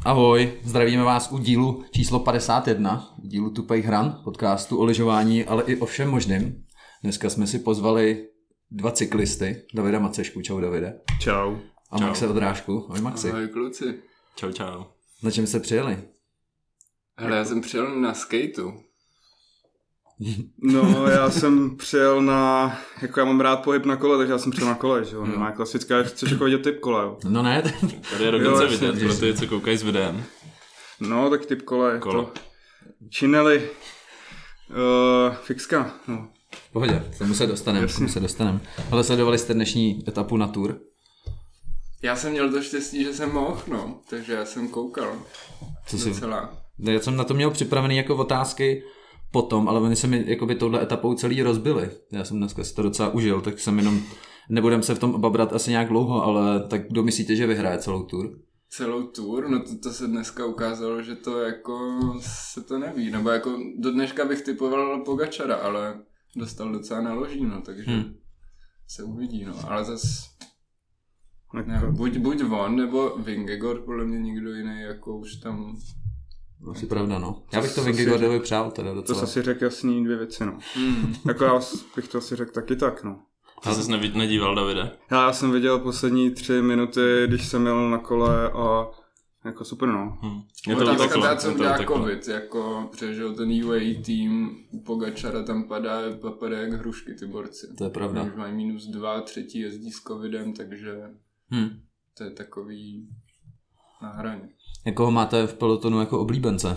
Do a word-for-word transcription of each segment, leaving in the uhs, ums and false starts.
Ahoj, zdravíme vás u dílu číslo padesát jedna, dílu Tupej hran, podcastu o lyžování, ale i o všem možným. Dneska jsme si pozvali dva cyklisty, Davida Macešku, čau Davide. Čau. A čau. Maxe Odrážku, ahoj Maxi. Ahoj kluci. Čau, čau. Na čem jste přijeli? Hele, já jsem přijel na skateu. No, já jsem přijel na, jako já mám rád pohyb na kole, takže já jsem přijel na kole, že jo, no. Má klasická, chceš jako vidět typ kole, jo. No ne. Tady je dokonce jo, vidět, pro ty, co koukají s videem. No, tak typ kole, Kolo. to činely, uh, fixka, no. V pohodě, k tomu se dostaneme, k tomu se dostaneme. Ale sledovali jste dnešní etapu na Tour? Já jsem měl to štěstí, že jsem mohl, no, takže já jsem koukal. Co si... Docela. Já jsem na to měl připravený jako otázky potom, ale oni se mi jakoby touhle etapou celý rozbili. Já jsem dneska si to docela užil, tak jsem jenom, nebudem se v tom babrat asi nějak dlouho, ale tak kdo myslíte, že vyhraje celou Tour? Celou Tour? No to, to se dneska ukázalo, že to jako se to neví, nebo jako do dneška bych typoval Pogačara, ale dostal docela na loží, no, takže hmm. se uvidí, no, ale zas ne, buď, buď on, nebo Vingegaard, podle mě nikdo jiný, jako už tam... Asi pravda, no. Já bych to Vingegaardovi přál teda docela. To se si řekl jasný dvě věci, no. Mm. Jako já bych to si řekl taky tak, no. A jsi nedíval, Davide? Já jsem viděl poslední tři minuty, když jsem jel na kole a jako super, no. Hmm. Je to otázka, co udělá covid, jako přežil ten U A E tým, u Pogačara tam padá, padá jak hrušky ty borci. To je pravda. Už mají minus dva, třetí jezdí s covidem, takže hmm. to je takový na hraně. Jakoho máte v pelotonu jako oblíbence?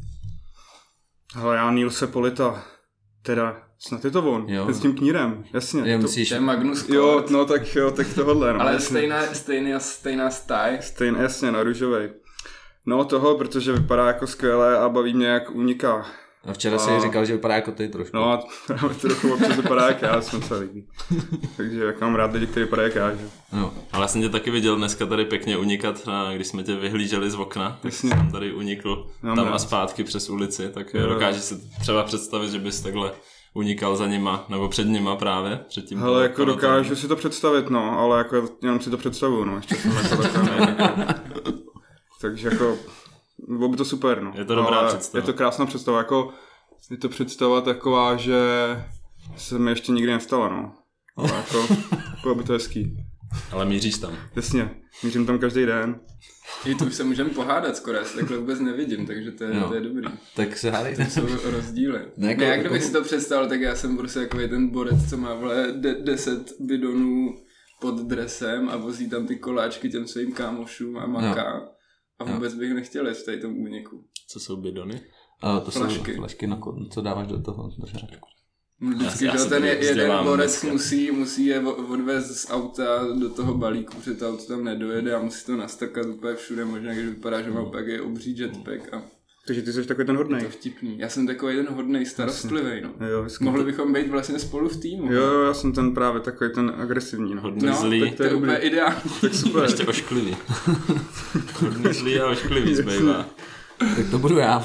Hele, já Nilse Polita, teda snad je to on, s tím knírem, jasně. Jo, to, myslíš... To je Magnus Kort. Jo, no tak jo, tak tohle, no. Ale jasně. stejná, stejná, stejná stáj. Stejný, jasně, na růžovej. No toho, protože vypadá jako skvěle a baví mě, jak uniká. A včera a... si říkal, že vypadá jako ty trošku. No a právě trochu občas vypadá jak já, jsem se líbí. Takže jak mám rád lidi, kteří vypadá jak já, že? No. Ale já jsem tě taky viděl dneska tady pěkně unikat, když jsme tě vyhlíželi z okna, tak jsi tam tady unikl no, tam a zpátky přes ulici, tak jo. Dokážeš si třeba představit, že bys takhle unikal za nima, nebo před nima právě, před tím. Hele, jako dokážu si to představit, no, ale jako jenom si to představuju, no, ještě jsem jako takový. Takže jako, bylo by to super, no. Je to dobrá představa. Je to krásná představa, jako, je to představa taková, že se mi ještě nikdy nestala, no. Ale jako, bylo by to hezký. Ale míříš tam. Jasně, mířím tam každý den. I tu už se můžeme pohádat skoro, já se takhle vůbec nevidím, takže to je, to je dobrý. Tak se hádejte. To jsou rozdíly. Ne, jako, ne jak kdybych si to představil, tak já jsem prostě takový ten borec, co má vle de- deset bidonů pod dresem a vozí tam ty koláčky těm svým kámošům a maká. No. A vůbec bych nechtěl jít v tady tom úniku. Co jsou bidony? A to flašky. Jsou flašky, na ko- co dáváš do toho držáčku. Vždycky, že ten je, jeden borec musí, musí je odvést z auta do toho balíku, protože to auto tam nedojede a musí to nastrkat úplně všude, možná když vypadá, že má úplně je obří jetpack a... Takže ty jsi takový ten hodnej. Je to vtipný. Já jsem takový jeden hodnej, starostlivý, no. Jo, mohli bychom být vlastně spolu v týmu. Jo, jo, já jsem ten právě takový ten agresivní, no. Hodný no, zlý. Tak to je úplně ideální. Tak super. Ještě ošklivý. Hodný zlý a ošklivý zbývá. Tak to budu já.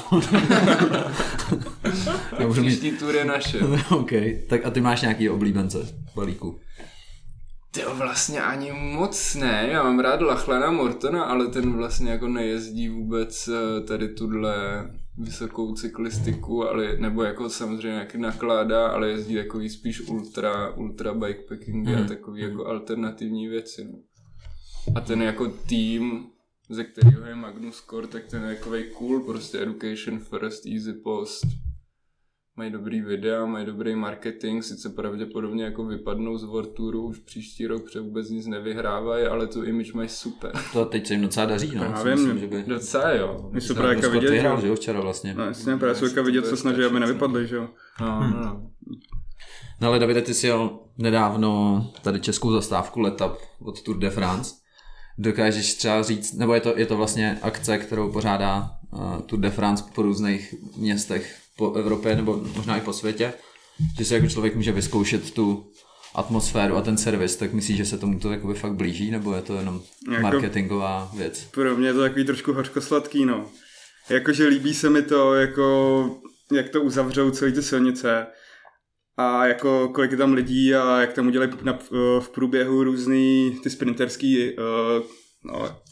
Příští Tour je naše. OK, tak a ty máš nějaký oblíbence v balíku? Tyjo, vlastně ani moc ne, já mám rád Lachlana Mortona, ale ten vlastně jako nejezdí vůbec tady tuhle vysokou cyklistiku, ale, nebo jako samozřejmě nějaký nakládá, ale jezdí takový spíš ultra, ultra bikepacking hmm. a takový jako alternativní věci. No. A ten jako tým, ze kterého je Magnus Kort, tak ten je takovej cool, prostě education first, easy post. Mají dobrý videa, mají dobrý marketing, sice pravděpodobně jako vypadnou z World Touru už příští rok, protože vůbec nic nevyhrávají, ale tu image mají super. To teď se jim docela daří, no. Já vím, že by... Docela jo. My super jaka vidět, vyhrál, že jo, včera vlastně. No jasně, právě jsou vidět, co snaží, aby nevypadli, že jo. No, no, no. No ale Davide, ty jsi jel nedávno tady českou zastávku letap od Tour de France. Dokážeš třeba říct, nebo je to, je to vlastně akce, kterou pořádá uh, Tour de France po různých městech po Evropě nebo možná i po světě, že se jako člověk může vyzkoušet tu atmosféru a ten servis, tak myslíš, že se tomu to jakoby fakt blíží, nebo je to jenom jako marketingová věc? Pro mě je to takový trošku hořkosladký, no. Jakože líbí se mi to, jako jak to uzavřou celý ty silnice a jako kolik je tam lidí a jak tam udělají na, v průběhu různý ty sprinterský uh, no,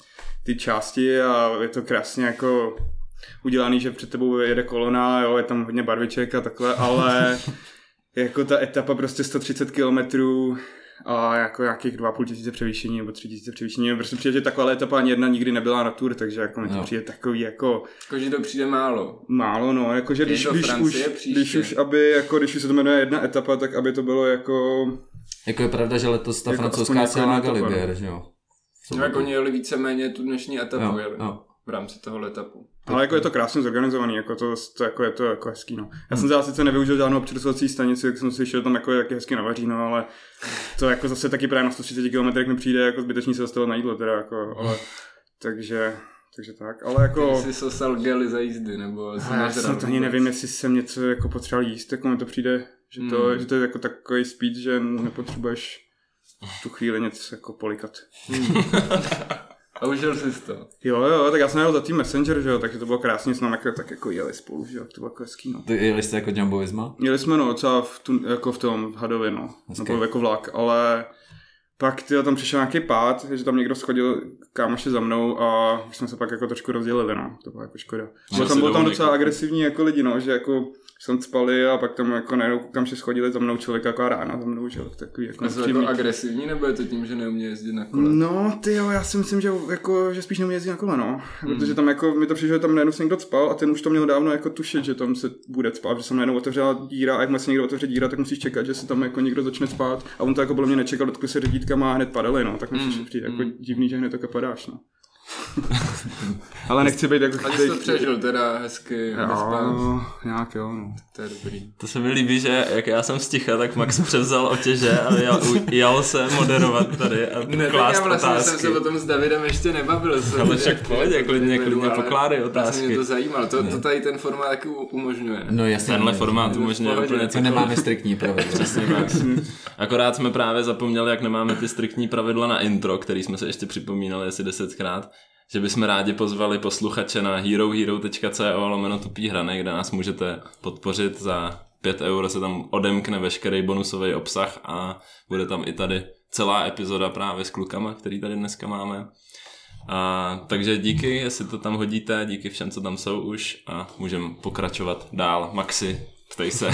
ty části a je to krásně jako udělaný, že před tebou jede kolona, jo, je tam hodně barviček a takhle, ale jako ta etapa prostě sto třicet kilometrů a jako nějakých dva a půl tisíce převýšení nebo tři tisíce převýšení. Prostě přijde, že taková etapa ani jedna nikdy nebyla na Tour, takže jako mi to přijde takový jako... Jakože to přijde málo. Málo, no, jakože když, když, už, když už, aby, jako když už se to jmenuje jedna etapa, tak aby to bylo jako... Jako je pravda, že letos ta jako francouzská celá Galibier, že jo? No, jako oni jeli víceméně tu dnešní etapu, jo, jeli. Jo. V rámci toho etapu. Ale jako je to krásně zorganizovaný, jako to, to jako je to jako hezký, no. Já jsem sice nevyužil žádnou občerstvovací stanici, jak jsem slyšel tam jako jak je hezky navaří, no, ale to jako zase taky právě na sto třicet kilometrech mi přijde jako zbytečný se zastavit na jídlo, teda jako, ale, takže, takže tak, ale jako... Ty jsi sosal gely za jízdy, nebo... Já jsem to ani nevím, jestli jsem něco jako potřeboval jíst, jako mi to přijde, že to, hmm. že to je jako takový speed, že nepotřebuješ tu chvíli něco jako polikat. Hmm. A užil jsi to? Jo, jo, tak já jsem jel za tým Messenger, že jo, takže to bylo krásně, jsme jako, tak jako jeli spolu, že jo, to bylo jako hezký, no. Ty jeli jste jako Jumbo Visma? Jeli jsme, no, třeba v, tu, jako v tom Hadově, no, hezky. Nebo jako vlak, ale pak tyjo, tam přišel nějaký pád, že tam někdo schodil kámoše za mnou a už jsme se pak jako trošku rozdělili, no, to bylo jako škoda. Bylo tam, bylo tam docela agresivní jako lidi, no, že jako jsem spali a pak tam jako najednou kam se schodili za mnou člověk jako rána za mnou, že jo, takový jako... A jsou jako agresivní, nebo je to tím, že neumí jezdit na kole? No, ty jo, já si myslím, že, jako, že spíš neumí jezdit na kole, no, hmm. protože tam jako, mi to přišlo, že tam najednou se někdo spal a ten už to měl dávno jako tušit, že tam se bude spát, že jsem najednou otevřela díra a jak se někdo otevře díra, tak musíš čekat, že se tam jako někdo začne spát a on to jako bylo mě nečekal, dotkl se řidítkama a hned padaly, no, tak musíš hmm. přijít jako hmm. divný, že hned tak padáš, no. Ale nechci být jako... A ty jsi to přežil teda hezky. Jo, nějak jo, no. To je dobrý. To se mi líbí, že jak já jsem sticha, tak Max převzal otěže a jel, jel se moderovat tady a ne, klást já vlastně otázky. Jsem se o tom s Davidem ještě nebavil. Ale však v pohodě, klidně, klidně pokládej otázky. Mě to zajímalo, to, to tady ten formát taky umožňuje. No jasně. Tenhle formát umožňuje úplně to nemáme striktní pravidla. Přesně tak. Akorát jsme právě zapomněli, jak nemáme ty striktní pravidla na intro, který jsme se ještě připomínali asi desetkrát. Že bychom rádi pozvali posluchače na herohero tečka co lomeno tupý hrany, kde nás můžete podpořit. Za pět eur se tam odemkne veškerý bonusový obsah a bude tam i tady celá epizoda právě s klukama, který tady dneska máme. A, takže díky, jestli to tam hodíte, díky všem, co tam jsou už a můžeme pokračovat dál. Maxi, ptej se.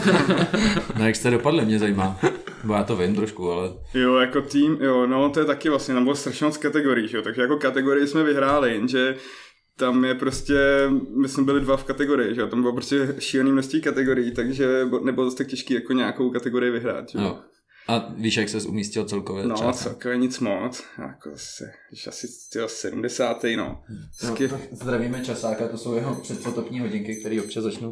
No jak jste dopadli, mě zajímá. Bo já to vím trošku, ale... Jo, jako tým, jo, no to je taky vlastně, tam bylo strašně moc kategorií, jo, takže jako kategorii jsme vyhráli, jenže tam je prostě, my jsme byli dva v kategorii, že jo, tam bylo prostě šílený množství kategorií, takže nebylo dost tak těžký jako nějakou kategorii vyhrát, jo. No. A víš, jak ses umístil celkově? No, třeba? Celkově nic moc, jako se, když asi tyjo, sedmdesátý no. no zdravíme Časáka, to jsou jeho předpotopní hodinky, které občas začnou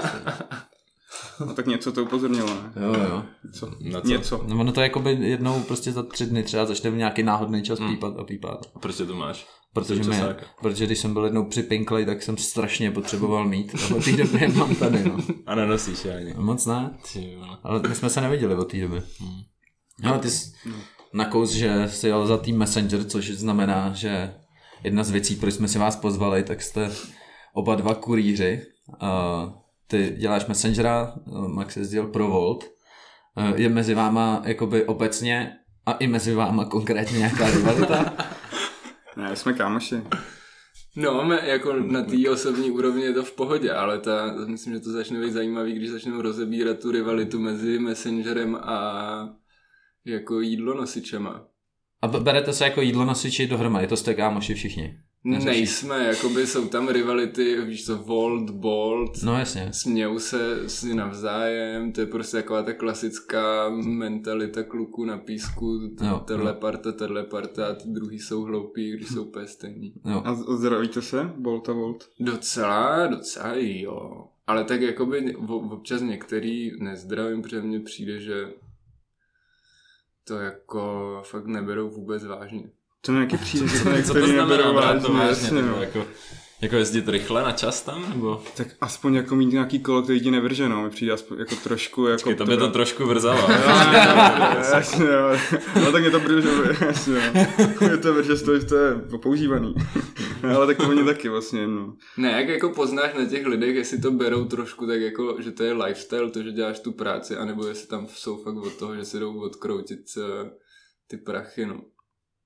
No tak něco to upozornilo, ne? Jo, jo. Co? Na co? Něco. No ono to jakoby jednou prostě za tři dny třeba začne v nějaký náhodný čas hmm. pípat a pípat. A proč to máš? Protože, mě, protože když jsem byl jednou při Pinkley, tak jsem strašně potřeboval mít. A od té doby je mám tady, no. A nenosíš je ani. Moc ne. Ale my jsme se neviděli od té doby. Hmm. No, ty jsi no. nakous, že jsi jel za tým Messenger, což znamená, že jedna z věcí, proč jsme si vás pozvali, tak jste oba dva kurýři. Uh, Ty děláš Messengera, Max jezdil pro Volt. Je mezi váma jakoby obecně a i mezi váma konkrétně nějaká rivalita? Ne, jsme kámoši. No, my jako na té osobní úrovni je to v pohodě, ale ta, myslím, že to začne být zajímavý, když začneme rozebírat tu rivalitu mezi Messengerem a jako jídlonosičema. A berete se jako jídlonosiči dohromady, to jste kámoši všichni? Neřeší. Nejsme, jakoby jsou tam rivality, víš co, Volt, Bolt, no jasně. Smějou se si navzájem, to je prostě taková ta klasická mentalita kluků na písku, tenhle parta, tenhle parta a ty druhý jsou hloupí, když jsou úplně stejný. Jo. A zdravíte se, Bolt a Volt? Docela, docela jo, ale tak jakoby občas některý nezdravím, protože mně přijde, že to jako fakt neberou vůbec vážně. To mi nějaký přijde, že to Co to znamená brát to vážně? No. Jako, jako jezdit rychle na čas tam? Nebo? Tak aspoň jako mít nějaký kolo, který ti nevrže, no. Mi přijde aspoň jako trošku... Jako Počkej, to by to trošku vrzalo. Jasně, jo. No tak mě to brže, jasně, jo. Mě to vrže z toho, že to je používaný. Ale tak to oni taky vlastně, no. Ne, jak jako poznáš na těch lidech, jestli to berou trošku tak jako, že to je lifestyle, to, že děláš tu práci, anebo jestli tam jsou fakt od toho, že si jdou odkroutit ty prachy, no.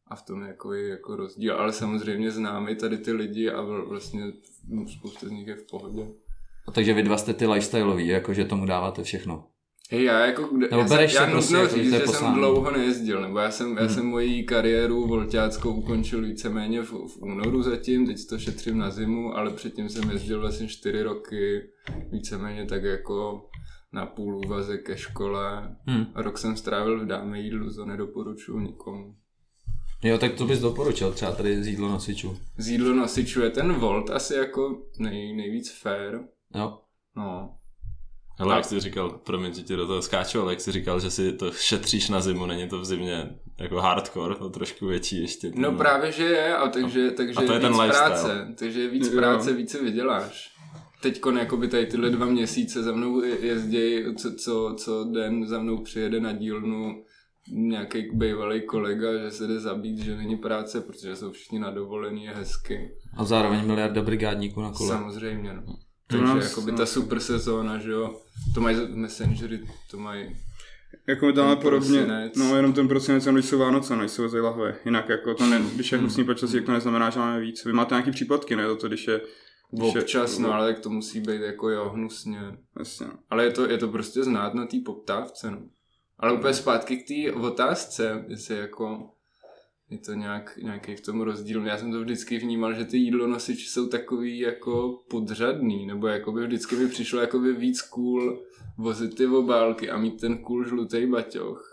a v tom je jako, je jako rozdíl, ale samozřejmě znám i tady ty lidi a vlastně spousta z nich je v pohodě. A takže vy dva jste ty lifestyleoví, jakože tomu dáváte všechno. Hej, já jako, nebo já, jsem, já prostě, nutno jako, říct, že poslán. jsem dlouho nejezdil, nebo já jsem, hmm. já jsem moji kariéru volťáckou ukončil víceméně v, v únoru zatím, teď to šetřím na zimu, ale předtím jsem jezdil vlastně čtyři roky, víceméně tak jako na půl úvazek ke škole. Hmm. Rok jsem strávil v dáme jídlu, to nedoporučuji nikomu. Jo, tak to bys doporučil třeba tady z jídlo nosičů. Z jídlo nosičů je ten Volt asi jako nej, nejvíc fair. Jo. No. Ale jak jsi říkal, promiň, že ti do toho skáču, ale jak jsi říkal, že si to šetříš na zimu, není to v zimě jako hardcore, to trošku větší ještě. No no. právě, že je, a takže, takže a to je víc ten práce, takže víc práce, více vyděláš. Teďkon jakoby tady tyhle dva měsíce za mnou jezdějí, co, co, co den za mnou přijede na dílnu nějaký bývalý kolega, že se jde zabít, že není práce, protože jsou všichni na dovolený, je hezky. A zároveň miliarda brigádníků na kole. Samozřejmě, no. Takže no, jakoby ta super sezóna, že jo, to mají Messengery, to mají... Jako my tam máme podobně, no jenom ten prosinec, když jsou Vánoce, než jsou zej lahve. Jinak jako to ne, když je hnusný počasí, jak to neznamená, že máme víc. Vy máte nějaký případky, ne? To, když je... Když občas, je, no, ale tak to musí být jako jo, hnusně. Jasně. Ale je to, je to prostě znát na té poptávce, no. Ale úplně zpátky k té otázce, jestli jako... Je to nějak, nějaký v tom rozdíl. Já jsem to vždycky vnímal, že ty jídlonosiči jsou takový jako podřadný, nebo jakoby vždycky mi přišlo jakoby víc cool vozit ty obálky a mít ten cool žlutý baťoch.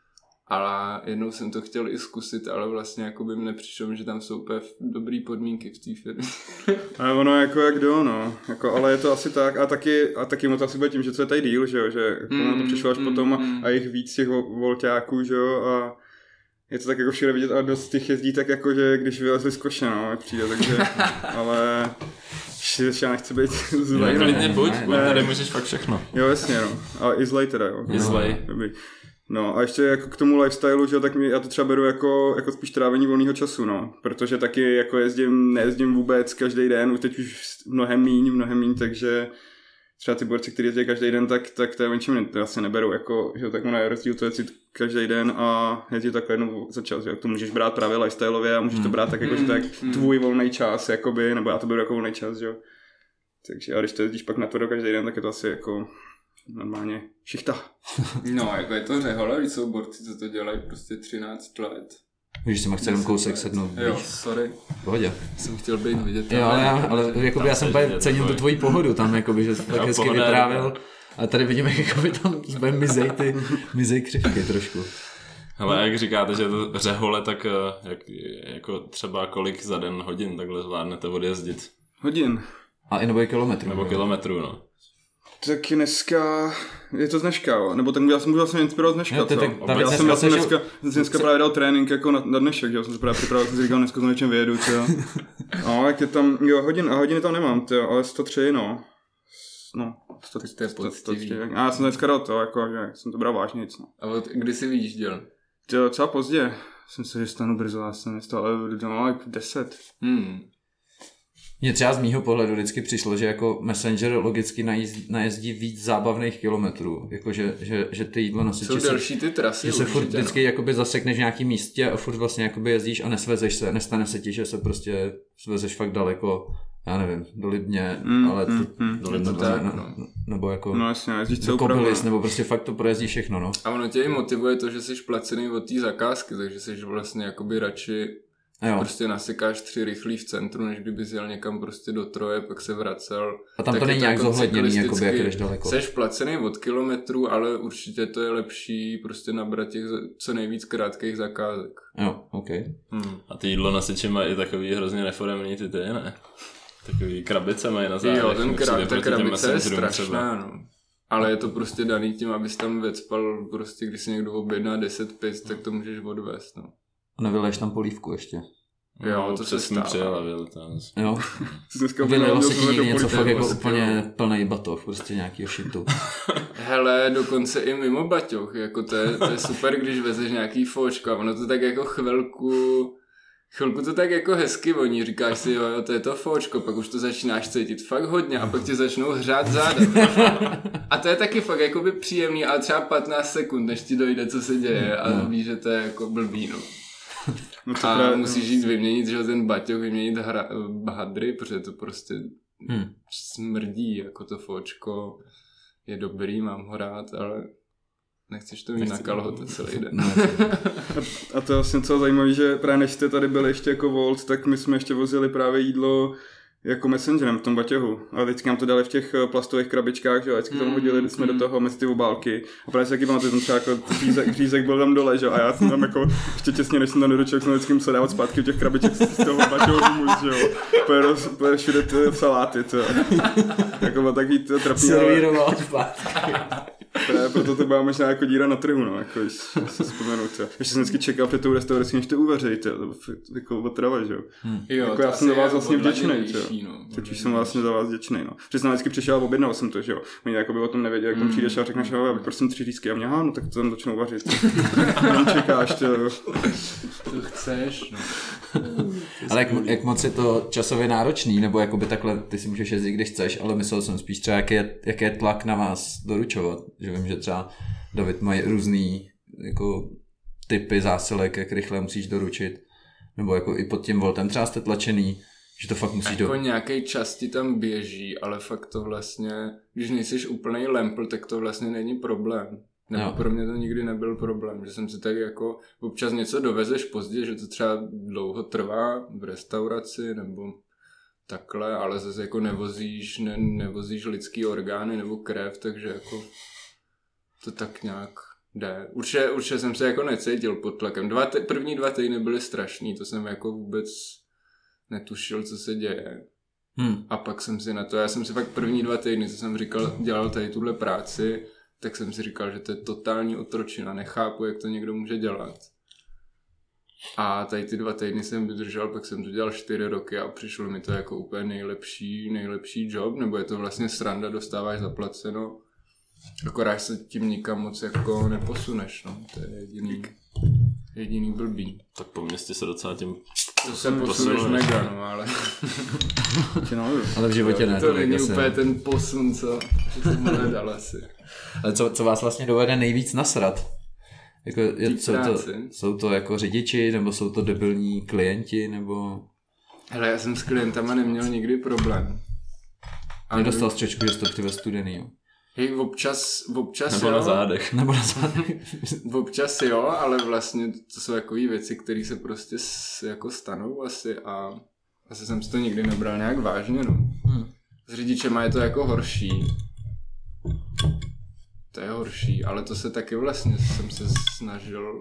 Ale jednou jsem to chtěl i zkusit, ale vlastně jakoby mi nepřišlo, že tam jsou úplně dobrý podmínky v té firmě. Ale ono jako jak do, no. Jako, ale je to asi tak. A taky, a taky moc asi bude tím, že co je tady díl, že jo. Že jako mm, to přišlo až mm, potom mm. a jich víc těch volťáků, že jo. A je to tak jako všude vidět a dost těch jezdí tak jako, že když vylezli z koše, no, jak přijde, takže, ale ještě já nechci být zlej. No, klidně buď, buď, tady můžeš fakt všechno. Jo, jasně, no, ale i zlej teda, jo. I zlej. No a ještě jako k tomu lifestyleu, že tak já to třeba beru jako, jako spíš trávení volného času, no, protože taky jako jezdím, nejezdím vůbec každý den, teď už mnohem míň, mnohem míň, takže třeba ty borci, kteří jezdí každý den, tak, tak to je menším, to asi neberu, jako, že tak ono je rozdíl to jezdit každý den a jezdit takhle jednou za čas, že to můžeš brát právě lifestyleově a můžeš to brát tak jako, že to je tvůj volný čas, jakoby, nebo já to beru jako volný čas, že jo. Takže a když to jezdíš pak na to do každý den, tak je to asi jako normálně šichta. No, jako je to řehole, když jsou borci, co to dělají prostě třináct let. Víš, si má chce jenom kousek sednout. Jo, sorry. Pohodě. Jsem chtěl být vidět. Jo, ale, já, ale jakoby já jsem cenil tu tvoji pohodu tam, jakoby, že jsi tak hezky vytrávil. A tady vidíme, jakoby tam mizej ty, mizej křivky trošku. Hele, jak říkáte, že je to řehole, tak jak, jako třeba kolik za den hodin takhle zvládnete odjezdit? Hodin. A i nebo i kilometrů. Nebo kilometrů, no. Tak dneska, je to z dneška, jo? Nebo tak já jsem můžu vlastně inspirovat z dneška, jo, ty, co? Tak, tak, já jsem vlastně dneska, dneska právě dal trénink jako na, na dnešek, jo? Jsem se právě připravil, jsem si říkal, dneska to něčem vyjedu, jo? No, jak je tam, jo, hodin, a hodiny tam nemám, jo, ale sto tři, no. No, sto tři, sto tři, a já jsem dneska dal to, jako, že jsem to bral vážně nic, no. A od kdy jsi vyjížděl? Jo, třeba pozdě, jsem se, že stanu brzo, já jsem nestal, ale no, jako deset. Hmm. Mně třeba z mýho pohledu vždycky přišlo, že jako Messenger logicky najezdí, najezdí víc zábavných kilometrů, jako že, že, že ty jídlo nosiči jsou delší ty trasy, že se furt určitě, vždycky no. jakoby zasekneš v nějaký místě a furt vlastně jakoby jezdíš a nesvezeš se, nestane se ti, že se prostě svezeš fakt daleko, já nevím, do Libně, mm, ale mm, to, mm, do Libně, to tak, ne, no. nebo jako no, jasně, jezdíš do Kobylis, nebo prostě fakt to projezdí všechno, no. A ono tě i motivuje to, že jsi placený od té zakázky, takže jsi vlastně jakoby radši jo. Prostě nasekáš tři rychlí v centru, než kdyby jel někam prostě do Troje, pak se vracel. A tam tak to není nějak jako zohledněný, jakoby, jak jdeš daleko. Seš placený od kilometrů, ale určitě to je lepší prostě nabrat těch co nejvíc krátkých zakázek. Jo, ok. Hmm. A ty jídlo nosiči mají takový hrozně neforemný ty ty, ne? Takový krabice mají na zádech. Jo, ten krab, ta krabice je strašná, no. Ale je to prostě daný tím, abys tam vecpal, prostě když si někdo objedná deset pic, tak to můžeš odvést, no. A nevyleješ tam polívku ještě. Jo, no, to se stává. Přijela, to jo. Vylejlo se ti někdy něco fakt jako úplně plnej batoh, prostě nějakýho šitu. Hele, dokonce i mimo baťoch, jako to je, to je super, když vezeš nějaký fóčko a ono to tak jako chvilku, chvilku to tak jako hezky voní, říkáš si, jo, jo, to je to fóčko, pak už to začínáš cítit fakt hodně a pak ti začnou hřát záda. A to je taky fakt jakoby příjemný, ale třeba patnáct sekund, než ti dojde, co se děje a víš, že to je jako blbý, no. No a právě, musíš jít vyměnit, že ten baťoch, vyměnit hra, hadry, protože to prostě hmm. smrdí, jako to fočko je dobrý, mám ho rád, ale nechceš to mít na kalhotu celý den. A to je vlastně co zajímavé, že právě než jste tady byli ještě jako Volt, tak my jsme ještě vozili právě jídlo jako messengerem v tom baťohu. A vždycky nám to dali v těch plastových krabičkách, že jo, vždycky tam hodili mm, jsme mm. do toho mezi ty obálky. A právě si taky pamatuju, tam třeba jako řízek, řízek byl tam dole, že jo, a já jsem tam jako ještě těsně, než jsem tam nedočil, jsem vždycky musel dávat zpátky v těch krabiček z toho baťohu humus, že jo. Pojede všude ty saláty, to jako byl takový to trapný. Servíroval zpátky. Právě proto to byla možná jako díra na trhu, no, jako když se vzpomenu, to. Ještě jsem vždycky čekal před tou restaurací, než to uvařejí, to jako otrava, že jo. Hmm. Jako já jsem za vás vlastně vděčnej, to. Teď už jsem vlastně za vás vděčnej, no. Protože jsem vždycky přišel a objednal jsem to, že jo. Oni jako by o tom nevěděli, jak tam přijdeš a řekneš, že já prosím tři řízky a mě, aha, no tak to tam začnou vařit. Tam čekáš, to. To chceš, no. Ale jak, jak moc je to časově náročný, nebo jakoby takhle, ty si můžeš jezdit, když chceš, ale myslel jsem spíš třeba, jaký je, jaký je tlak na vás doručovat, že vím, že třeba David mají různý jako typy zásilek, jak rychle musíš doručit, nebo jako i pod tím Voltem třeba jste tlačený, že to fakt musíš jako do... Jako nějaký čas ti tam běží, ale fakt to vlastně, když nejsiš úplnej lempl, tak to vlastně není problém. Nebo no. Pro mě to nikdy nebyl problém, že jsem si tak jako občas něco dovezeš pozdě, že to třeba dlouho trvá v restauraci nebo takhle, ale zase jako nevozíš, ne, nevozíš lidský orgány nebo krev, takže jako to tak nějak jde. Určitě, určitě jsem se jako necítil pod tlakem. Dva te, první dva týdny byly strašný, to jsem jako vůbec netušil, co se děje. Hmm. A pak jsem si na to, já jsem si fakt první dva týdny, co jsem říkal, dělal tady tuhle práci, tak jsem si říkal, že to je totální otročina, nechápu, jak to někdo může dělat. A tady ty dva týdny jsem vydržel, pak jsem to dělal čtyři roky a přišlo mi to jako úplně nejlepší, nejlepší job, nebo je to vlastně sranda, dostáváš zaplaceno, akorát se tím nikam moc jako neposuneš, no, to je jediný, jediný blbý. Tak po městě se docela tím to se posuneš mega, no, ale... ale v životě ne. To není úplně ten posun, co jsem hledal asi. Ale co, co vás vlastně dovede nejvíc nasrat? Jako, je, jsou, to, jsou to jako řidiči, nebo jsou to debilní klienti, nebo... Hele, já jsem s klientama neměl nikdy problém. Nedostal z čočku, že jsi to přivez studený, jo? Hej, občas, občas nebo jo. na zádech. Nebo na zádech. Občas jo, ale vlastně to jsou takové věci, které se prostě jako stanou asi a asi jsem si to nikdy nebral nějak vážně, no. Hmm. S řidičema je to jako horší. To je horší, ale to se taky vlastně jsem se snažil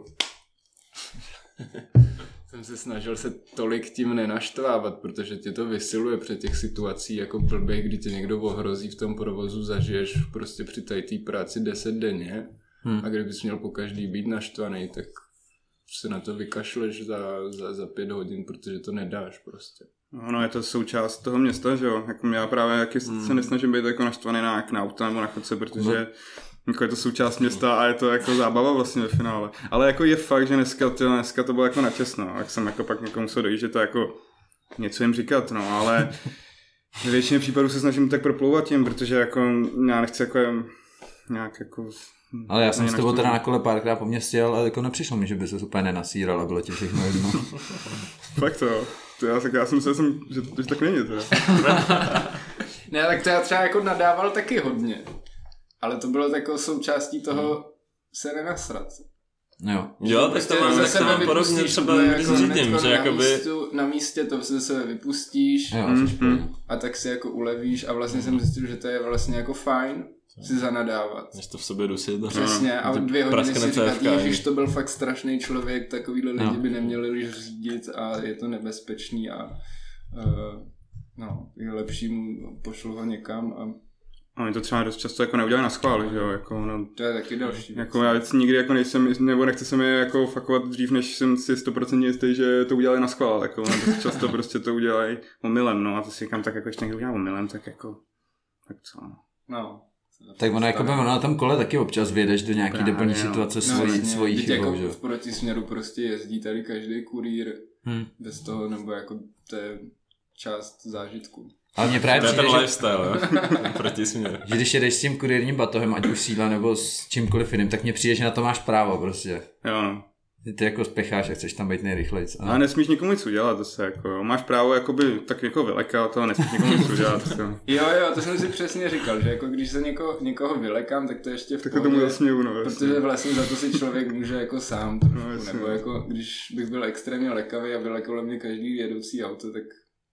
jsem se snažil se tolik tím nenaštvávat, protože tě to vysiluje před těch situací jako blbých, kdy tě někdo ohrozí v tom provozu, zažiješ prostě při té práci deset denně hmm. a kdybys měl po každý být naštvaný, tak se na to vykašleš za, za, za pět hodin, protože to nedáš prostě. Ano, je to součást toho města, že jo, jako já právě jaký hmm. se nesnažím být jako naštvaný na, na auta nebo na chodce, protože hmm. jako je to součást města a je to jako zábava vlastně ve finále. Ale jako je fakt, že dneska to, dneska to bylo jako načesno, jak jsem jako pak někomu musel dojít, že to jako něco jim říkat, no, ale v většině případů se snažím tak proplouvat tím, protože jako já nechci jako nějak jako... Ale já jsem s tebou teda na kole párkrát po městě, ale jako nepřišlo mi, že by se úplně nenasíral a bylo ti všechno jedno. Fakt to, to já, tak já jsem se, jsem, že, že tak není to. Ne, tak to já třeba jako nadával taky hodně. Ale to bylo takovou součástí toho hmm. se nenasrat. Jo, jo tak to mám, tak to mám podobně třeba jako s řídím, že jakoby... Místu, na místě to se sebe vypustíš jo, mm-hmm. a tak si jako ulevíš a vlastně jsem zjistil, že to je vlastně jako fajn si zanadávat. Než to v sobě dusit. Přesně a dvě hodiny si říkat, ježiš, to byl fakt strašný člověk, takovýhle lidi no. by neměli už řídit a je to nebezpečný a uh, no, je lepší mu pošlu ho někam a a oni to třeba dost často jako neudělají na schvál, že jo, jako no, to je taky další. Jako já nikdy jako nejsem, nebo nechci se mi jako fakovat dřív, než jsem si sto procent jistý, že to udělají na schvál, jako no, dost často prostě to udělají omylem, no a to si říkám tak jako ještě někdo udělá omylem, tak jako, tak co, no. No. Tak ono jako by ono na tom kole taky občas vyjedeš do nějaký debilní no. situace svojí, no, svojí chybou, jako že? V protisměru prostě jezdí tady každý kurýr hmm. bez toho, nebo jako to je část zážitku. Ale mě právě to je ten že... lifestyle, jo? Protisměr. Že když jedeš s tím kurýrním batohem, ať už síla nebo s čímkoliv jiným, tak mně přijde, že na to máš právo prostě. Jo no. ty jako spěcháš a chceš tam být nejrychlejc. A nesmíš nikomu nic udělat zase, jako, máš právo jakoby tak jako vylekat, ale nesmíš nikomu nic udělat. Zase. Jo, jo, to jsem si přesně říkal, že jako když se něko, někoho vylekám, tak to ještě v tak pohodě, tomu zasměju, no, protože vlastně za to si člověk může jako sám trošku, no, nebo jako když bych byl extrémně lekavý a vylekalo mě každý jedoucí auto, tak...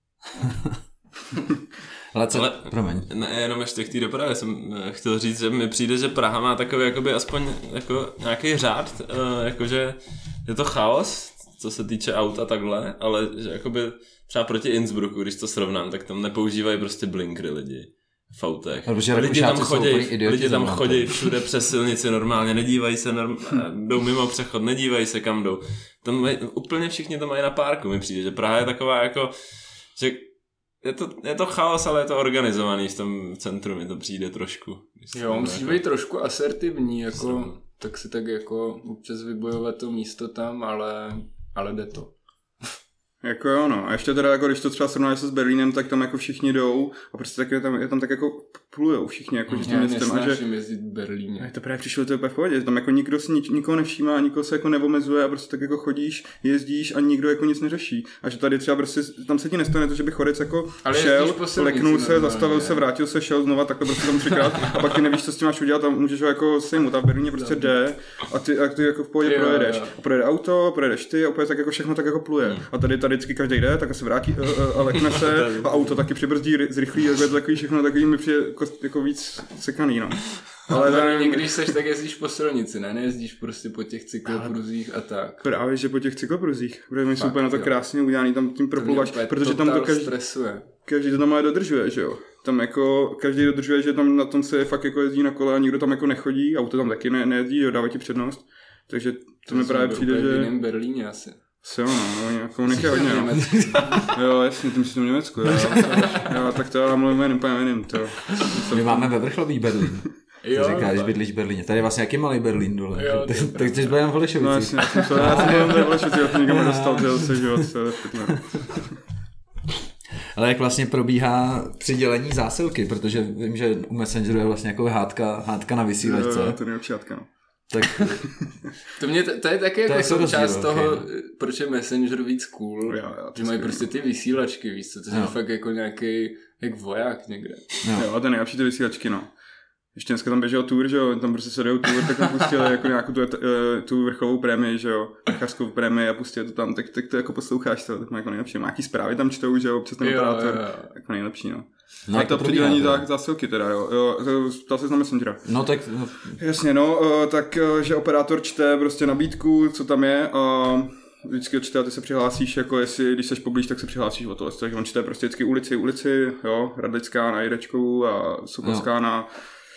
Ale co, ale, promiň. Ne, jenom ještě k té dopravě jsem chtěl říct, že mi přijde, že Praha má takový jakoby aspoň jako nějaký řád, jakože je to chaos, co se týče aut a takhle, ale že jakoby třeba proti Innsbrucku, když to srovnám, tak tam nepoužívají prostě blinkry lidi v autech. Lidi tam chodí, lidi tam chodí všude přes silnici normálně, nedívají se, norm, jdou mimo přechod, nedívají se kam jdou. Tam mají, úplně všichni to mají na párku, mi přijde, že Praha je taková jako, že Je to, je to chaos, ale je to organizovaný v tom centru, mi to přijde trošku. Jo, musíš jako... být trošku asertivní, jako, tak si tak jako občas vybojovat to místo tam, ale, ale jde to. Jako jo, no. A ještě teda, jako, když to třeba srovnáš se s Berlínem, tak tam jako všichni jdou a prostě tak je tam, je tam tak jako plujou všichni, jako, že tím městem. Já nesnáším jezdit v Berlíně. A to právě přišlo to úplně v pohodě, tam jako nikdo si nič, nikoho nevšímá, nikoho se jako neomezuje a prostě tak jako chodíš, jezdíš a nikdo jako nic neřeší. A že tady třeba prostě, tam se ti nestane to, že by chodec jako ale šel, leknul se, zastavil se, vrátil se, šel znova, takhle prostě tam třikrát a pak ty nevíš, co s tím máš udělat a můžeš ho jako sejmout. A v Berlíně prostě jde a ty, a ty jako v pohodě jo, projedeš. A projede auto, projedeš ty a úplně tak jako všechno tak jako pluje. A tady tady vždycky každý jde, tak se vrátí a lekne se a auto taky přibrzdí, zrychlí, jako je to takový všechno takový mi přijde jako, jako víc sekaný, no. Ale tady někdy, když seš, tak jezdíš po silnici, ne? Nejezdíš prostě po těch cyklopruzích a tak. Právě, že po těch cyklopruzích, protože my jsou úplně na to krásně udělaný, tam tím propluváš, protože tam to každý, stresuje. každý to tam ale dodržuje, že jo. Tam jako, každý dodržuje, že tam na tom se fakt jako jezdí na kole a nikdo tam jako nechodí, auto tam taky ne, nejezdí, jo, dávají ti přednost. Takže to, to mi právě přijde, že... v jiném Berlíně asi. Jo, no, no jako nech je hodně, no. Jo, jasně, ty myslíš v Německu, jo. Jo, tak to já mluvím jen úplně jiným, to. My máme ve vrcholový Berlín. Jo, ty říkáš, bydlíš v Berlíně. Tady je vlastně jaký malý Berlín dole. Jo, tak, tak chceš být jen v Holešovicích. No jasně, já jsem se byl v Holešovicích, já to nikam nedostal, to je zase život, to je špatné. Ale jak vlastně probíhá přidělení zásilky, protože vím, že u Messengeru je vlastně jako hádka, hádka na vysílačce. Jo, to je nejlepší hádka, no. Tak... to, mě, to je taky jako součást toho, okay. Proč je Messenger víc cool, jo, jo, že mají prostě ty vysílačky, víš co, to je fakt jako nějaký, jak voják někde. Jo, jo to je nejlepší ty vysílačky, no. Ještě dneska tam běžel tour, že jo, tam prostě se jdou tour, tak tam pustili jako nějakou tu, tu vrcholovou prémii, že jo, vrchařskou prémii a pustili to tam, tak, tak to jako posloucháš to, tak má jako nejlepší. Má nějaký zprávy tam čtou, že jo, občas ten operátor, jako nejlepší, no. No a to přidělení zásilky teda, jo, jo, ptal se na Messengera. No tak... No. Jasně, no, tak, že operátor čte prostě nabídku, co tam je a vždycky čte a ty se přihlásíš, jako jestli, když seš poblíž, tak se přihlásíš o tohle, takže on čte prostě vždycky ulici, ulici, jo, Radlická na Jirečkovou a Sokolská na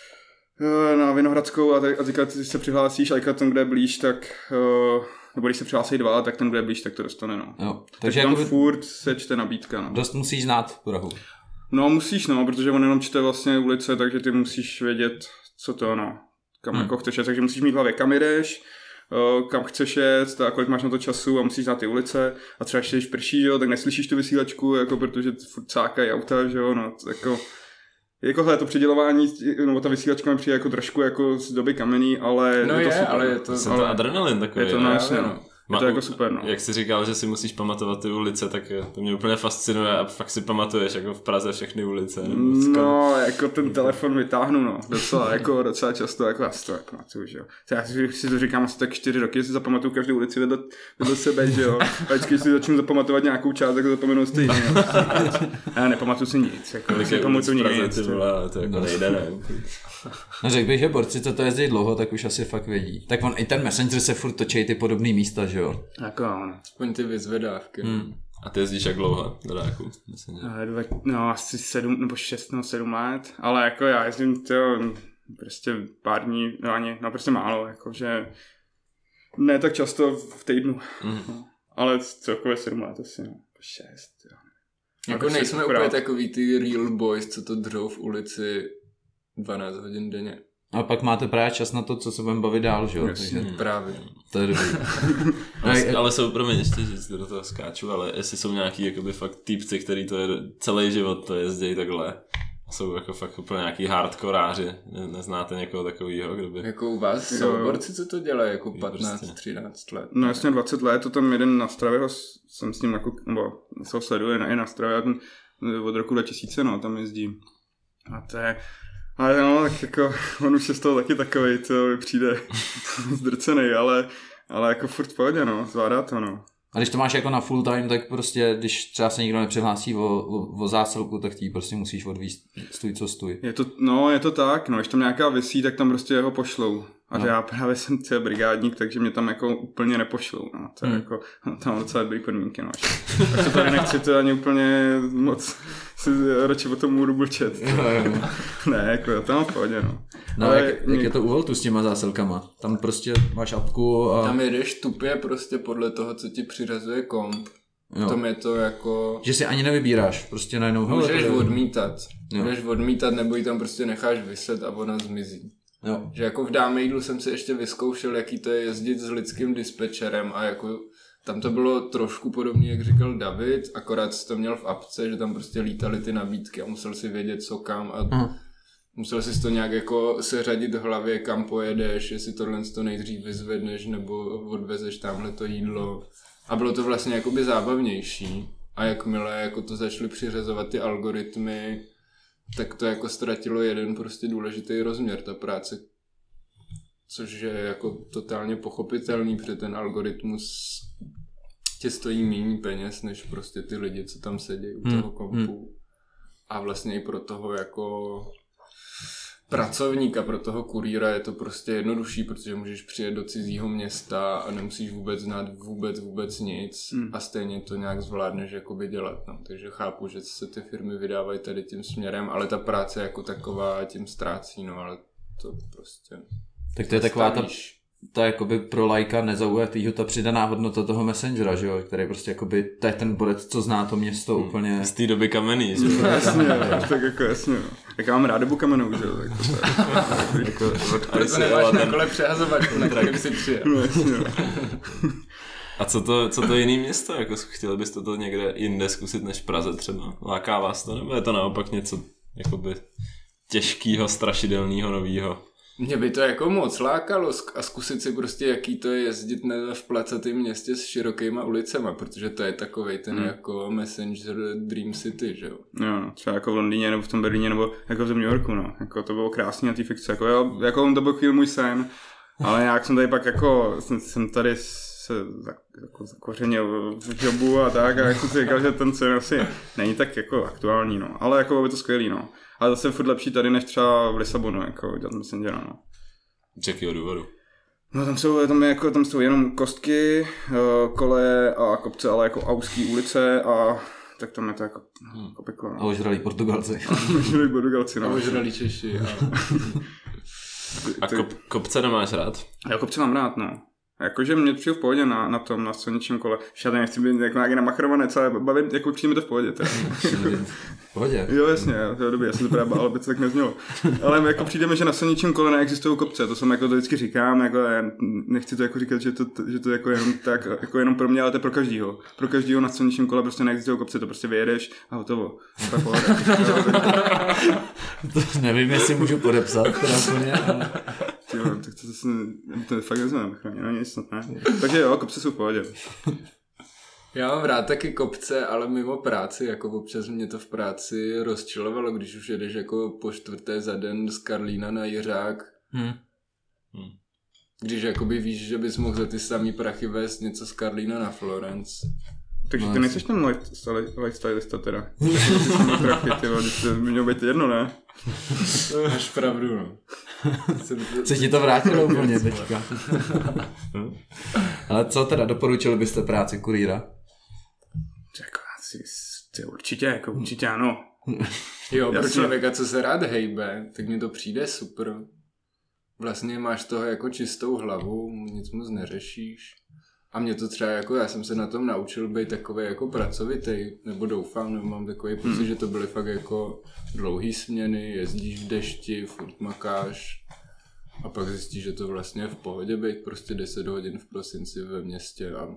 na Vinohradskou a, tak, a teďka ty se přihlásíš a teďka ten, kde je blíž, tak uh, nebo když se přihlásí dva, tak ten, kde je blíž, tak to dostane, no. Jo, takže takže tam jako furt se čte nabídka, no. Dost musíš znát Prahu. No musíš, no, protože on jenom čte vlastně ulice, takže ty musíš vědět, co to, no, kam hmm. jako chceš jet, takže musíš mít v hlavě, kam jdeš, uh, kam chceš jet, a kolik máš na to času a musíš znát ty ulice a třeba ještě když prší, jo, tak neslyšíš tu vysílačku, jako protože furt cákají auta, že jo, no, jako... Jakohle to přidělování, nebo ta vysílačka mi přijde jako trošku jako z doby kamení, ale no je to je, super. ale je to, ale... to adrenalin takový. Je to náš, no. Je to jako super, no. Jak jsi říkal, že si musíš pamatovat ty ulice, tak to mě úplně fascinuje a fakt si pamatuješ jako v Praze všechny ulice. No, jako ten telefon vytáhnu, no. Docela, jako docela často, jako já si to jako pamatuju, že jo. Já si to říkám asi tak čtyři roky, si zapamatuju každou ulici vedle, vedle sebe, že jo. A vždycky si začnu zapamatovat nějakou část, tak to zapomenu stejně. Já nepamatuju si nic, jako si pamatuju nic. Ty vole, to jako nejde, ne. No řekl bych, že borci, co to jezdí dlouho, tak už asi fakt vědí. Tak on i ten Messenger se furt točí ty podobný místa, že jo? Jako ano. Aspoň ty vyzvedávky. Hmm. A ty jezdíš jak dlouho do dáku? No asi sedm nebo šest nebo sedm let, ale jako já jezdím to prostě pár dní, no ani, no prostě málo, jakože ne tak často v týdnu, mm. no, ale celkově sedm let asi, no, šest, jo. Jako nejsme úplně takový ty real boys, co to dřou v ulici dvanáct hodin denně. A pak máte právě čas na to, co se budeme bavit dál, že jo? Jasně, takže... právě. To je dobrý. ale, ale jsou, promiň, ještě říct, do toho skáču, ale jestli jsou nějaký jakoby fakt týpci, který to je celý život to jezdí takhle Jsou jako fakt úplně nějaký hardkoráři. Ne, neznáte někoho takového, kdo by... Jako u vás souborci, co to dělají jako patnáct třináct let? No jasně dvacet let, to tam jeden na Stravě, jsem s ním jako, nebo se ho sleduje na, na Stravě od roku dva tisíce, no, tam jezdí. A to je, ale no, tak jako, on už je z toho taky takovej, to mi přijde zdrcenej, ale, ale jako furt v pohodě, no, zvládá to, no. A když to máš jako na full time, tak prostě, když třeba se nikdo nepřihlásí o, o, o zásilku, tak ty prostě musíš odvízt stůj co stůj. Je to, no, je to tak, no, když tam nějaká visí, tak tam prostě ho pošlou. A no. Já právě jsem třeba brigádník, takže mě tam jako úplně nepošlou, no, to je hmm. jako, tam mám docela dobrý podmínky, no. Tak to tady nechci to ani úplně moc si radši o tom můžu blčet. Ne, jako já tam mám v pohodě, no. No, ale jak, jak je to u Voltu s těma zásilkama? Tam prostě máš apku a... Tam jedeš tupě prostě podle toho, co ti přiřazuje komp. V tom je to jako... Že si ani nevybíráš, prostě najednou... Můžeš hele, odmítat. Jo. Můžeš odmítat, nebo ji tam prostě necháš vyset a ona zmizí. Jo. Že jako v Dámejdlu jsem si ještě vyzkoušel, jaký to je jezdit s lidským dispečerem a jako tam to bylo trošku podobné, jak říkal David, akorát jsi to měl v apce, že tam prostě lítaly ty nabídky a musel si vědět, co kam a uh-huh. musel si to nějak jako seřadit v hlavě, kam pojedeš, jestli tohle to nejdřív vyzvedneš nebo odvezeš tamhle to jídlo a bylo to vlastně jakoby zábavnější a jakmile jako to začaly přiřazovat ty algoritmy, tak to jako ztratilo jeden prostě důležitý rozměr, ta práce, což je jako totálně pochopitelný, protože ten algoritmus tě stojí méně peněz, než prostě ty lidi, co tam sedí u toho kompu. Hmm. A vlastně i pro toho jako pracovníka, pro toho kurýra je to prostě jednodušší, protože můžeš přijet do cizího města a nemusíš vůbec znát vůbec, vůbec nic hmm. a stejně to nějak zvládneš jakoby dělat. No. Takže chápu, že se ty firmy vydávají tady tím směrem, ale ta práce jako taková tím ztrácí, no ale to prostě... Tak to je taková ta, ta jakoby pro lajka nezaujatýho ta přidaná hodnota toho Messengera, že jo, který prostě jakoby, to je ten bodec, co zná to město hmm. úplně. Z té doby kamenný, že jo. Jasně, tak jako jasně, jo. Tak já mám rád dobu kamenou, že jo. Tak to, ale to nemáš na kole přehazovačku, na kterým si přijel. No jasně, jo. A co to, co to jiný město? Jako chtěli byste to někde jinde zkusit než v Praze třeba? Láká vás to? Nebo je to naopak něco jakoby těžkýho, strašidelného, novýho? Mě by to jako moc lákalo a zkusit si prostě, jaký to je jezdit v placatém městě s širokýma ulicema, protože to je takovej ten hmm. jako Messenger Dream City, že jo? Jo, třeba jako v Londýně nebo v tom Berlíně nebo jako v tom New Yorku, no. Jako to bylo krásný na té fikci, jako, jo, jako to byl chvíli můj sen, ale nějak jsem tady pak jako, jsem, jsem tady se jako zakořenil v jobu a tak a jak jsem si říkal, že ten sen asi není tak jako aktuální, no. Ale jako by to skvělý, no. Ale zase furt lepší tady, než třeba v Lisabonu, jako dělat Messengera, no. Z jakého důvodu? No tam jsou, tam, je jako, tam jsou jenom kostky, koleje a kopce, ale jako auský ulice a tak tam je to jako, jako peklo, no. A ožralí Portugalci. A ožralí Portugalci, no. A ožralí Češi. A, a kop, kopce nemáš rád? Já kopce mám rád, no. Jakože mě přijde v pohodě na, na tom, na silničním kole. Já tady nechci být jako nějaký namachrovanec, ale bavím, jako přijde mi to v pohodě. V pohodě? Jo, jasně, jo, dobře, já jsem to právě bál, aby to tak neznělo. Ale jako přijde mi, že na silničním kole neexistují kopce, to jsem jako to vždycky říkám, jako nechci to jako říkat, že to, že to jako jenom tak, jako jenom pro mě, ale to je pro každýho. Pro každýho na silničním kole prostě neexistují kopce, to prostě vyjedeš a hotovo. Tak pohodě. To nevím, jestli můžu podepsat, teda úplně, ale... Tyjo, tak to, to, to, to fakt neznám, no nic snad ne. Takže jo, kopce jsou v pohodě. Já mám rád taky kopce, ale mimo práci, jako občas mě to v práci rozčilovalo, když už jedeš jako po čtvrté za den z Karlína na Jiřák. Hmm. Hmm. Když jakoby víš, že bys mohl za ty samý prachy vést něco z Karlína na Florence. Takže ty nejseš ten lifestylista teda. Prachy, ty to by mělo být jedno, ne? Máš pravdu, no. Se ti to vrátilo úplně teďka. Ale co teda, doporučili byste práci kurýra? Jako asi, určitě, jako určitě ano. Jo, pro člověka, co se rád hejbe, tak mi to přijde super. Vlastně máš toho jako čistou hlavu, nic moc neřešíš. A mě to třeba jako, já jsem se na tom naučil být takový jako pracovitej, nebo doufám, nebo mám takový pocit, hmm. že to byly fakt jako dlouhý směny, jezdíš v dešti, furt makáš a pak zjistíš, že to vlastně je v pohodě být prostě deset hodin v prosinci ve městě a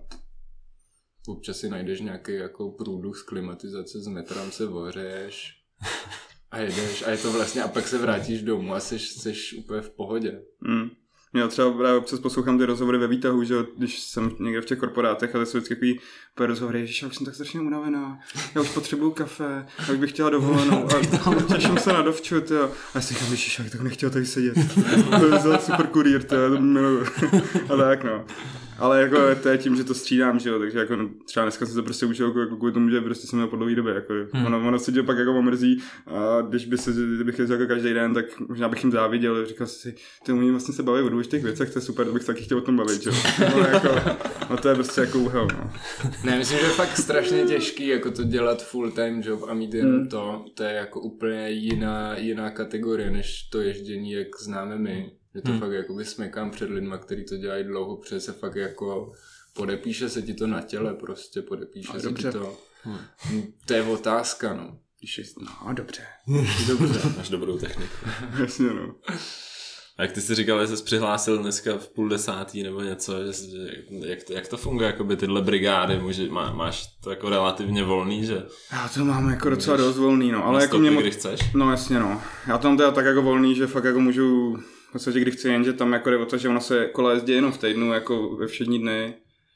občas si najdeš nějaký jako průduch z klimatizace, s metrem se ohřeješ A jedeš a je to vlastně, a pak se vrátíš domů a seš, seš úplně v pohodě. Mm. Já třeba právě občas poslouchám ty rozhovory ve výtahu, že když jsem někde v těch korporátech a to jsou vždycky takový rozhovory, ježiš, já už jsem tak strašně unavená, já už potřebuju kafe, já už bych chtěla dovolenou a těším se na dovču, tyjo. A já si říkám, ježiš, já bych tak nechtěl tady sedět, to je za super kurýr, tyjo, to miluju. A tak no. Ale jako to je tím, že to střídám, že jo, takže jako třeba dneska jsem se prostě učil jako kvůli tomu, že prostě jsem měl po dlouhý době, jako hmm. ono, ono se tě pak jako omrzí a když by se, kdybych jezdil jako každý den, tak možná bych jim záviděl, říkal si, ty umí vlastně se bavit o důležitých věcech, to je super, to bych taky chtěl o tom bavit, že jo. No, jako, no to je prostě jako úhel, no. Ne, myslím, že je fakt strašně těžký jako to dělat full time job a mít jenom hmm. to, to je jako úplně jiná, jiná kategorie, než to ježdění, jak známe my. Že to hmm. fakt jakoby smekám před lidma, kteří to dělají dlouho, protože se fakt jako podepíše se ti to na těle prostě, podepíše se dobře. ti to. Hmm. To je otázka, no. Když je, no, dobře. Dobře, máš dobrou techniku. Jasně, no. A jak ty jsi říkal, že jsi přihlásil dneska v půl desátý nebo něco, že, jak, to, jak to funguje, jakoby tyhle brigády, může, má, máš to jako relativně volný, že? Já to mám jako docela dost volný, no. Ale jako mě mo- kdy chceš? No jasně, no. Já to mám teda tak jako volný, že fakt jako můžu v podstatě kdy chci, jenže tam jako jde o to, že ona se kola jezdí jenom v týdnu, jako ve všední dny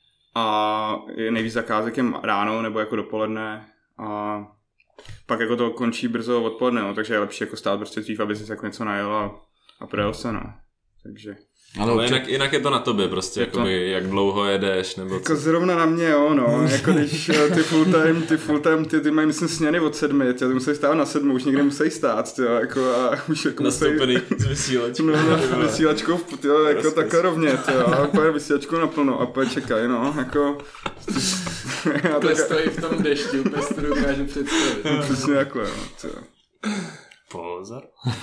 a je nejvíc zakázek je ráno nebo jako dopoledne a pak jako to končí brzo odpoledne, no, takže je lepší jako stát prostě dřív, aby si jako něco najel a, a projel se, no. Takže... Ale, ale jinak, jinak je to na tobě prostě, jakoby, to... jak dlouho jedeš, nebo jako co? Zrovna na mě, jo, no, jako když ty full time, ty full time, ty, ty mají myslím směny od sedmi, ty, ty musí stát na sedmu, už někde musí stát, jo, jako a už jako nastoupený musí... s vysílačkou. No, no vysílačkou, jo, jako takhle rovně, jo, a úplně vysílačkou naplno, a úplně čekaj, no, jako... Úplně stojí v tom dešti, úplně si to dokážu představit. Přesně jako, jo, jo. Pozor.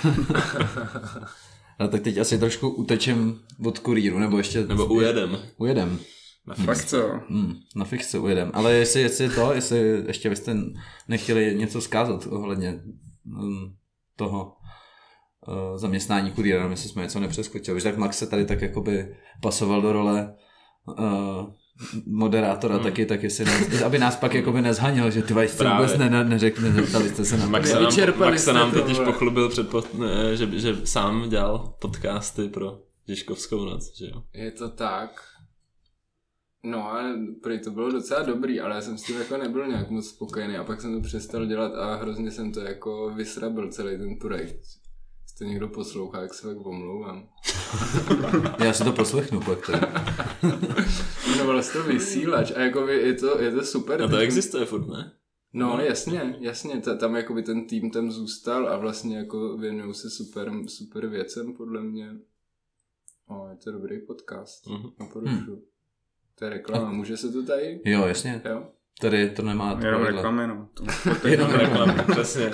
Ale tak teď asi trošku utečem od kurýru, nebo ještě... Nebo ujedem. Ujedem. Na fikce. Hmm, na fikce ujedem. Ale jestli, jestli to, jestli ještě byste nechtěli něco zkázat ohledně um, toho uh, zaměstnání kurýra, jestli jsme něco nepřeskočili. Už tak Max se tady tak jakoby pasoval do role uh, moderátora hmm. taky, tak jestli nás, aby nás pak jakoby nezhanil, že ty jste vůbec ne, neřekli, nezeptali jste se na to. Max se nám, Max se nám totiž pochlubil, před pod, ne, že, že sám dělal podcasty pro Žižkovskou noc, že jo? Je to tak. No a prý to bylo docela dobrý, ale já jsem s tím jako nebyl nějak moc spokojený a pak jsem to přestal dělat a hrozně jsem to jako vysrabil celý ten projekt. Jestli někdo poslouchá, jak se tak omlouvám. Já si to poslechnu pak tady. Jmenoval se to Vysílač a jako je to, je to super. A to existuje furt, ne? No jasně, jasně, tam jakoby ten tým tam zůstal a vlastně jako věnují se super, super věcem podle mě. O, je to dobrý podcast, mm-hmm. naporučuji. Hmm. To je reklama, může se to tady? Jo, jasně. Jo? Tady to nemá... Jenom reklamy, no. To... Jenom reklamy, přesně.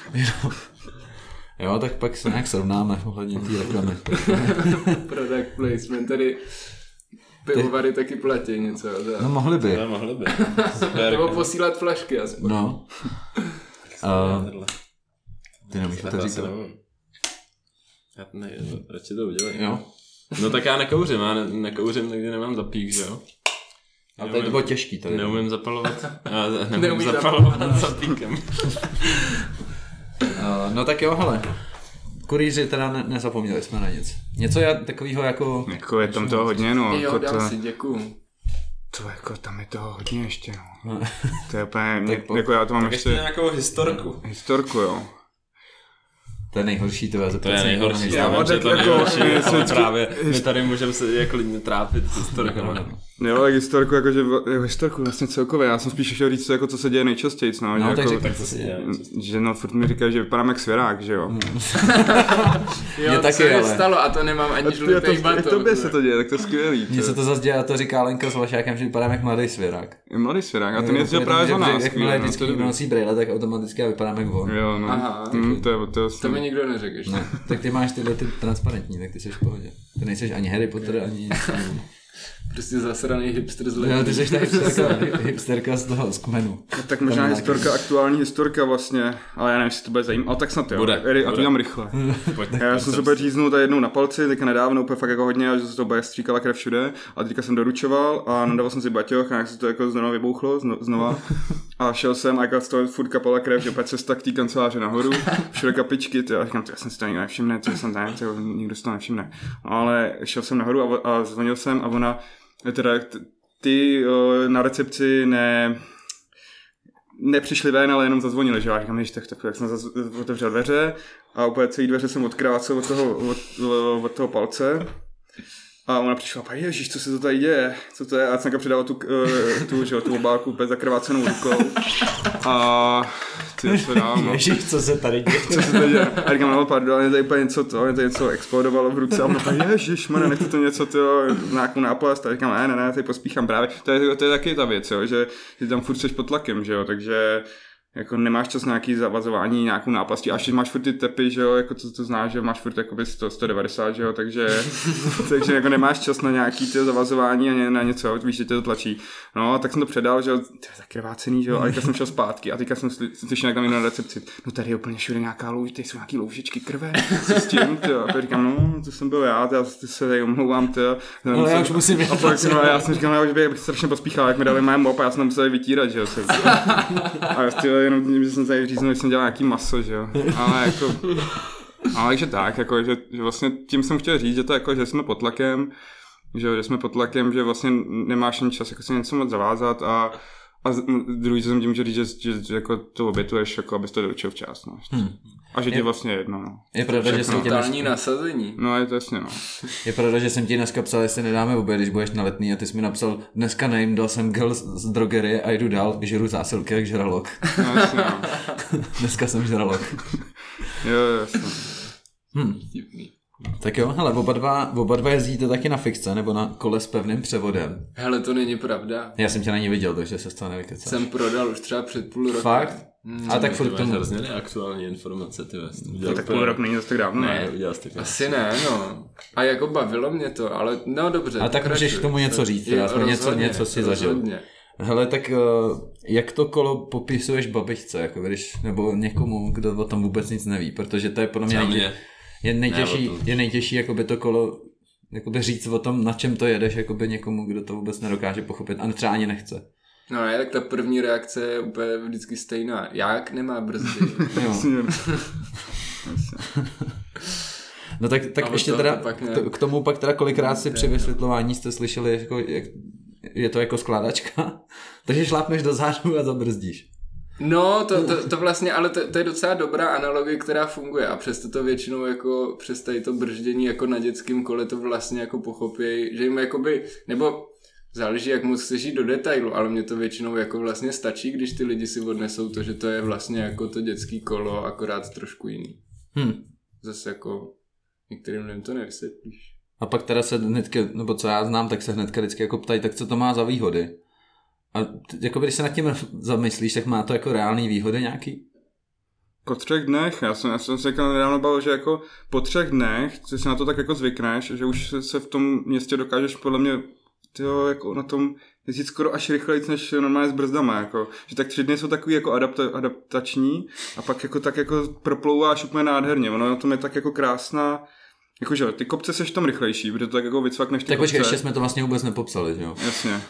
Jo, tak pak se nějak srovnáme ohledně té reklamy. Product placement, tady pivovary taky platí něco. No mohli by. No, mohli by. Nebo posílat flašky aspoň. No. Uh, ty nemůžeš to říct. Já ne, radši to udělej. Jo. No tak já nekouřím, já ne, nekouřím, nikdy nemám zapík, že jo? Ale tady to bylo těžký tady. Neumím zapalovat. Já neumím Neumí zapalovat zapíkem. Uh, no tak jo, hele. Kurýři teda ne, nezapomněli jsme na nic. Něco je takového jako... Jako je tam toho hodně, no. Jo, jako dám to, si, děkuju. To jako tam je toho hodně ještě, no. To je úplně, mě, po, jako já to mám tak ještě... ještě nějakou historku. Historku, jo. To je nejhorší, to je To je nejhorší, já mám, že to jako, nejhorší, je, ale je, právě my tady můžeme se jako klidně trápit s historkama. Jo, tak historku, jakože, jo, historku vlastně celkově, já jsem spíš chtěl říct, jako, co se děje nejčastěji, no, no že, tak, jako, tak co se děje že no, furt mi říkají, že vypadám jak svěrák, že jo. Jo, to taky, se ale... stalo a to nemám ani žlutý batok. I tobě se to děje, tak to je skvělý. Mně se to zase děje a to říká Lenka s Vašákem, že vypadám jak mladý svěrák. Mladý svěrák, a ten jezdil právě za nás. Jak mladý vždycky někdo nosí brýle, tak automaticky vypadám jak on. Jo, no. Aha, mm, to, je, to, to mi nikdo neřekl. No, tak ty máš tyhle ty transparentní, tak ty jsi v pohodě. Ty nejseš ani Harry Potter, ani... Prostě zasraný hipster z Lenky. No, ty jsi ta hipsterka, hipsterka z toho, z kmenu. No, tak možná historka, aktuální historka vlastně, ale já nevím, jestli to bude zajímavé, ale tak snad jo. Bude, Eri, a to bude. dělám rychle. Pojď, já jsem se úplně říznul tady jednou na palci, teďka nedávno, úplně fakt jako hodně, že se to bude stříkala krev všude a teďka jsem doručoval a nadával jsem si baťoch a jak se to jako znova vybouchlo, znova A šel jsem a jako z toho furt kapala krev, že opět cesta k té kanceláře nahoru, všude kapičky, ty, a říkám, ty, já jsem si to nikdo nevšimne, co jsem tady, to, nikdo si to nevšimne. Ale šel jsem nahoru a, a zvonil jsem a ona, teda ty o, na recepci ne, nepřišli ven, ale jenom zazvonili, že já říkám, než tak, tak, tak jsem zaz, otevřel dveře a úplně celý dveře jsem odkrácel od toho, od, od toho palce. A ona přišla, pa ježiš, co se to tady děje, co to je? A já jsem předával tu, tu, tu, tu obálku úplně zakrvácenou rukou. A ty se dál, no. Ježiš, co se tady děje? Co se tady děje? A říkám, no pardon, je tady úplně něco to, je tady něco explodovalo v ruce. A ona pa ježiš, mana, nechte to něco, to, nějakou náplast. A říkám, ne, ne, ne, tady pospíchám právě. To je, to je taky ta věc, jo, že ty tam furt seš pod tlakem, že jo, takže jako nemáš čas na nějaký zavazování, nějakou náplastí, a ještě máš furt ty tepy, že jo, jako to, to znáš, že máš furt jakoby sto, sto devadesát, že jo, takže, takže jako nemáš čas na nějaký ty zavazování a na něco, víš, že tě to tlačí. No, tak jsem to předal, že jo, to je tak krvácený, že jo, a teďka jsem šel zpátky a teďka jsem slyšel někam jinou na recepci, no tady je úplně všude nějaká louž, tady jsou nějaký loužičky krve, co s tím, tyjo, a říkám, no, to jsem byl já, já se tady omlouvám, tyjo. No, já už musím a pak, no, já jsem říkal, že bych strašně pospíchal, jak mi dali mém mop a já jsem musel vytírat, že jo, se, a tyjo, jenom tím, že jsem tady říznul, že jsem dělal nějaký maso, že jo, ale jako, ale takže tak, jako, že, že vlastně tím jsem chtěl říct, že to jako, že jsme pod tlakem, že, že jsme pod tlakem, že vlastně nemáš ani čas jako se něco moc zavázat a, a druhý, co jsem tím chtěl říct, že, že, že jako to obětuješ, jako abys to doručil včas, no. Hmm. A že ti vlastně jedno, no. Je pravda, že jsem tě dneska... nasazení. No, je to jasně, no. Je pravda, že jsem ti dneska psal, jestli nedáme oběd, když budeš na Letný, a ty jsi mi napsal, dneska nejím, dal jsem gel z drogerie a jdu dál, žeru zásilky jak žralok. No, jasně, no. Dneska jsem žralok. Jo, jasně. Hm. Tak jo, hele, oba dva, oba dva jezdíte taky na fikce, nebo na kole s pevným převodem. Hele, to není pravda. Já jsem tě na ní viděl, takže se z toho nevykecáš. Jsem prodal už třeba před půl rokem. Fakt? Hmm. A tak furt tomu. Hrozně neaktuální informace, ty vás. To tak půl rok není zase tak dávno. Ne, udělal jsi to. Asi ne, no. A jako bavilo mě to, ale no dobře. A tak můžeš k tomu něco říct, jo, aspoň něco, něco si zažil. Hele, tak jak to kolo popisuješ babičce, jako když, nebo někomu, kdo o tom vůbec nic neví, protože to je podle mě nejtě, je nejtěžší, ne, je nejtěžší jakoby to kolo jakoby říct o tom, na čem to jedeš, jakoby někomu, kdo to vůbec nedokáže pochopit a třeba ani nechce. No ne, tak ta první reakce je úplně vždycky stejná. Jak nemá brzdy? No tak, tak ještě teda k tomu pak teda kolikrát si při vysvětlování jste slyšeli, jako, jak, je to jako skládačka, takže šlápneš do zádu a zabrzdíš. No, to, to, to vlastně, ale to, to je docela dobrá analogie, která funguje a přesto to většinou jako přes tady to brždění jako na dětském kole to vlastně jako pochopí, že jim jakoby, nebo záleží, jak moc chceš jít do detailu, ale mně to většinou jako vlastně stačí, když ty lidi si odnesou to, že to je vlastně jako to dětský kolo, akorát trošku jiný. Hmm. Zase jako některým lidem to nevysvětlíš. A pak teda se hnedka, nebo co já znám, tak se hnedka vždycky jako ptají, tak co to má za výhody? A jako když se nad tím zamyslíš, tak má to jako reální výhody nějaký? Po třech dnech, já jsem, já jsem se jako nedávno bavil, že jako po třech dnech, že si na to tak jako zvykneš, že už se v tom městě dokážeš podle mě tyjo, jako na tom jezdit skoro až rychleji, než normálně s brzdama, jako. Že tak tři dny jsou takový jako adapta, adaptační a pak jako tak jako proplouváš úplně nádherně, ono na tom je tak jako krásná, jakože ty kopce seš tam rychlejší, protože to tak jako vycvakneš ty tak kopce. počkej, ještě jsme to vlastně vůbec nepopsali, že jo? Jasně.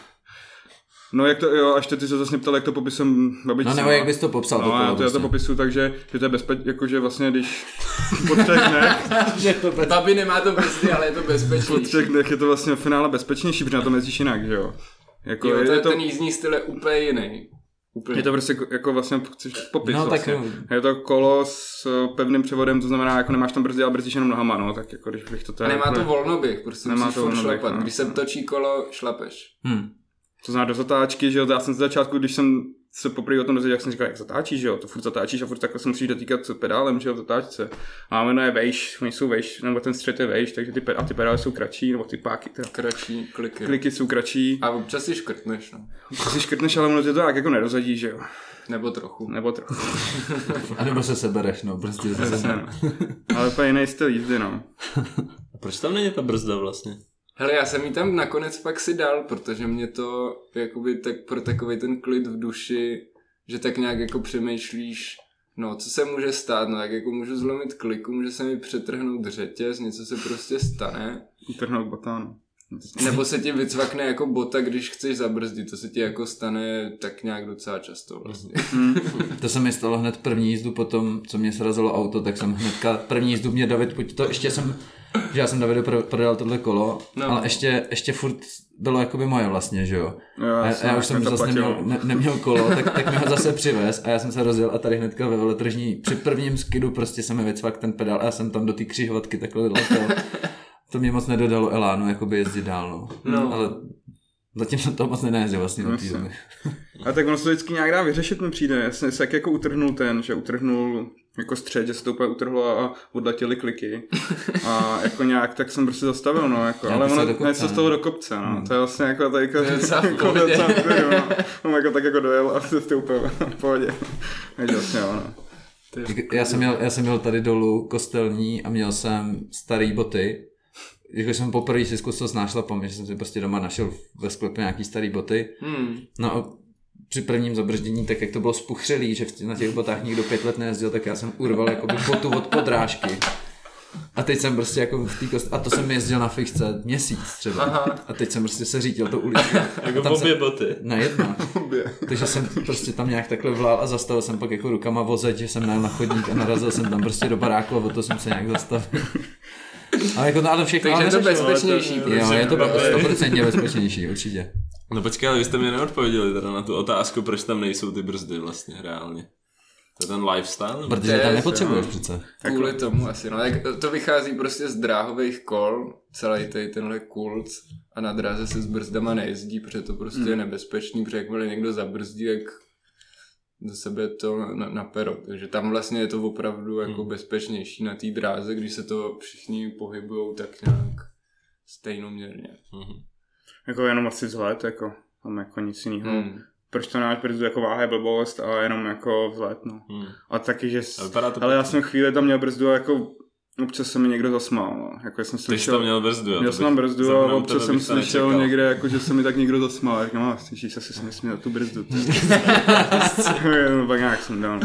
No jak to, jo, až ty se zase ptal, jak to popisem babičce. No nebo jak bys to popsal? No to já to, já to popisuju tak, že, že to je bezpečné, jakože vlastně když po třech dnech... bez... Babi nemá to brzdy, ale je to bezpečnější. Po třech dnech je to vlastně v finále bezpečnější, protože na tom jezdíš jinak, že jo? Jako jo, to, je to, ten jízdní styl je úplně jiný. Úplně. Je to prostě jako vlastně popis no, vlastně. Tak... Je to kolo s pevným převodem, to znamená, jako nemáš tam brzdy, ale brzdíš jenom nohama, no, tak jako když bych to tady... Nemá to volnoběh, prostě nemá to volnoběh, šlapat. No. Když se točí kolo, šlapeš. Hmm. To znamená do zatáčky, že jo, já jsem z začátku, když jsem se poprvé o tom dozvěděl, jak jsem říkal, jak zatáčíš, že jo, to furt zatáčíš a furt takhle se musíš dotýkat pedálem, že jo, v zatáčce. A ono je vejš, oni jsou vejš, nebo ten střed je vejš, takže ty, a ty pedály jsou kratší, nebo ty páky, teda. Kratší, kliky. Kliky jsou kratší. A občas si škrtneš, no. Občas si škrtneš, ale ono tě to tak jako nerozhodí, že jo. Nebo trochu. Nebo trochu. A nebo se sebereš, no, prostě zase. No. Ale úplně jiný styl jízdy, no. A proč tam není ta brzda vlastně? Hele, já jsem jí tam nakonec pak si dal, protože mě to jakoby tak pro takovej ten klid v duši, že tak nějak jako přemýšlíš, no co se může stát, no tak jako můžu zlomit kliku, může se mi přetrhnout řetěz, něco se prostě stane. Utrhnout batánu. Nebo se ti vycvakne jako bota, když chceš zabrzdit, to se ti jako stane tak nějak docela často vlastně. To se mi stalo hned první jízdu potom, co mě srazilo auto, tak jsem hnedka první jízdu mě David, pojď to ještě jsem, že já jsem Davidu prodal tohle kolo, no. ale ještě, ještě furt bylo jakoby moje vlastně, že jo. jo a, já, já už jsem zase neměl, ne, neměl kolo, tak, tak mi ho zase přivez a já jsem se rozjel a tady hnedka ve veletržní, při prvním skidu prostě se mi vycvak ten pedál a já jsem tam do té křižovatky takhle letěl. To mě moc nedodalo elánu, jakoby jezdit dál, no. no. Ale zatím jsem to moc nenajezdil vlastně na té zemi. A tak ono se vždycky nějak dá vyřešit, mi přijde. Já jsem se jak jako utrhnul ten, že utrhnul jako střed, že se to úplně utrhlo a odletěly kliky. A jako nějak, tak jsem prostě zastavil, no, jako. Ale ono se z toho do kopce, no. Hmm. To je vlastně jako tady jako, jako docela no. On jako tak jako dojel a se to úplně v pohodě. Takže vlastně, no. Já jsem, měl, já jsem měl tady dolů Kostelní a měl jsem starý boty. Když jsem poprvé si zkusil s nášlapem, že jsem si prostě doma našel ve sklepě nějaký starý boty. Hmm. No a při prvním zabrždění, tak jak to bylo spuchřelý, že na těch botách nikdo pět let nejezdil, tak já jsem urval jakoby botu od podrážky. A teď jsem prostě jako v té kost... A to jsem jezdil na fichce měsíc třeba. Aha. A teď jsem prostě se řítil tou ulici. Jako obě jsem... boty. Na jedna. Takže jsem prostě tam nějak takhle vlál a zastavil jsem pak jako rukama vozet, že jsem najel na chodník a narazil jsem tam prostě do baráku a o to jsem se nějak zastavil. Ale jako to všechno... Takže je to bezpečnější. To, jo, je to sto procent bezpečnější, určitě. No počkej, ale vy jste mě neodpověděli teda na tu otázku, proč tam nejsou ty brzdy vlastně reálně. To je ten lifestyle? Protože tam nepotřebuješ přece. Kvůli tomu asi, no. To vychází prostě z dráhových kol, celý tady tenhle kult a na dráze se s brzdama nejezdí, protože to prostě hmm. je nebezpečný, protože jakmile někdo zabrzdí, tak do sebe to na, na pero. Takže tam vlastně je to opravdu jako hmm. bezpečnější na té dráze, když se to všichni pohybujou tak nějak stejnoměrně. Hmm. Jako jenom asi vzhled, jako tam jako nic jiného. Hmm. Proč to náš brzdu jako váha je blbost a jenom jako vzhled, no. Hmm. A taky, že... Ale ale já jsem chvíli tam měl brzdu a jako občas se mi někdo zasmál, no. Jako jsem slyšel... Ty jsi měl brzdu, Měl jsem brzdu a občas jsem slyšel nečekal. Někde, jako, že se mi tak někdo zasmál. Říkám, no, slyšíš, asi jsem nesměl tu brzdu. No, pak nějak jsem dal.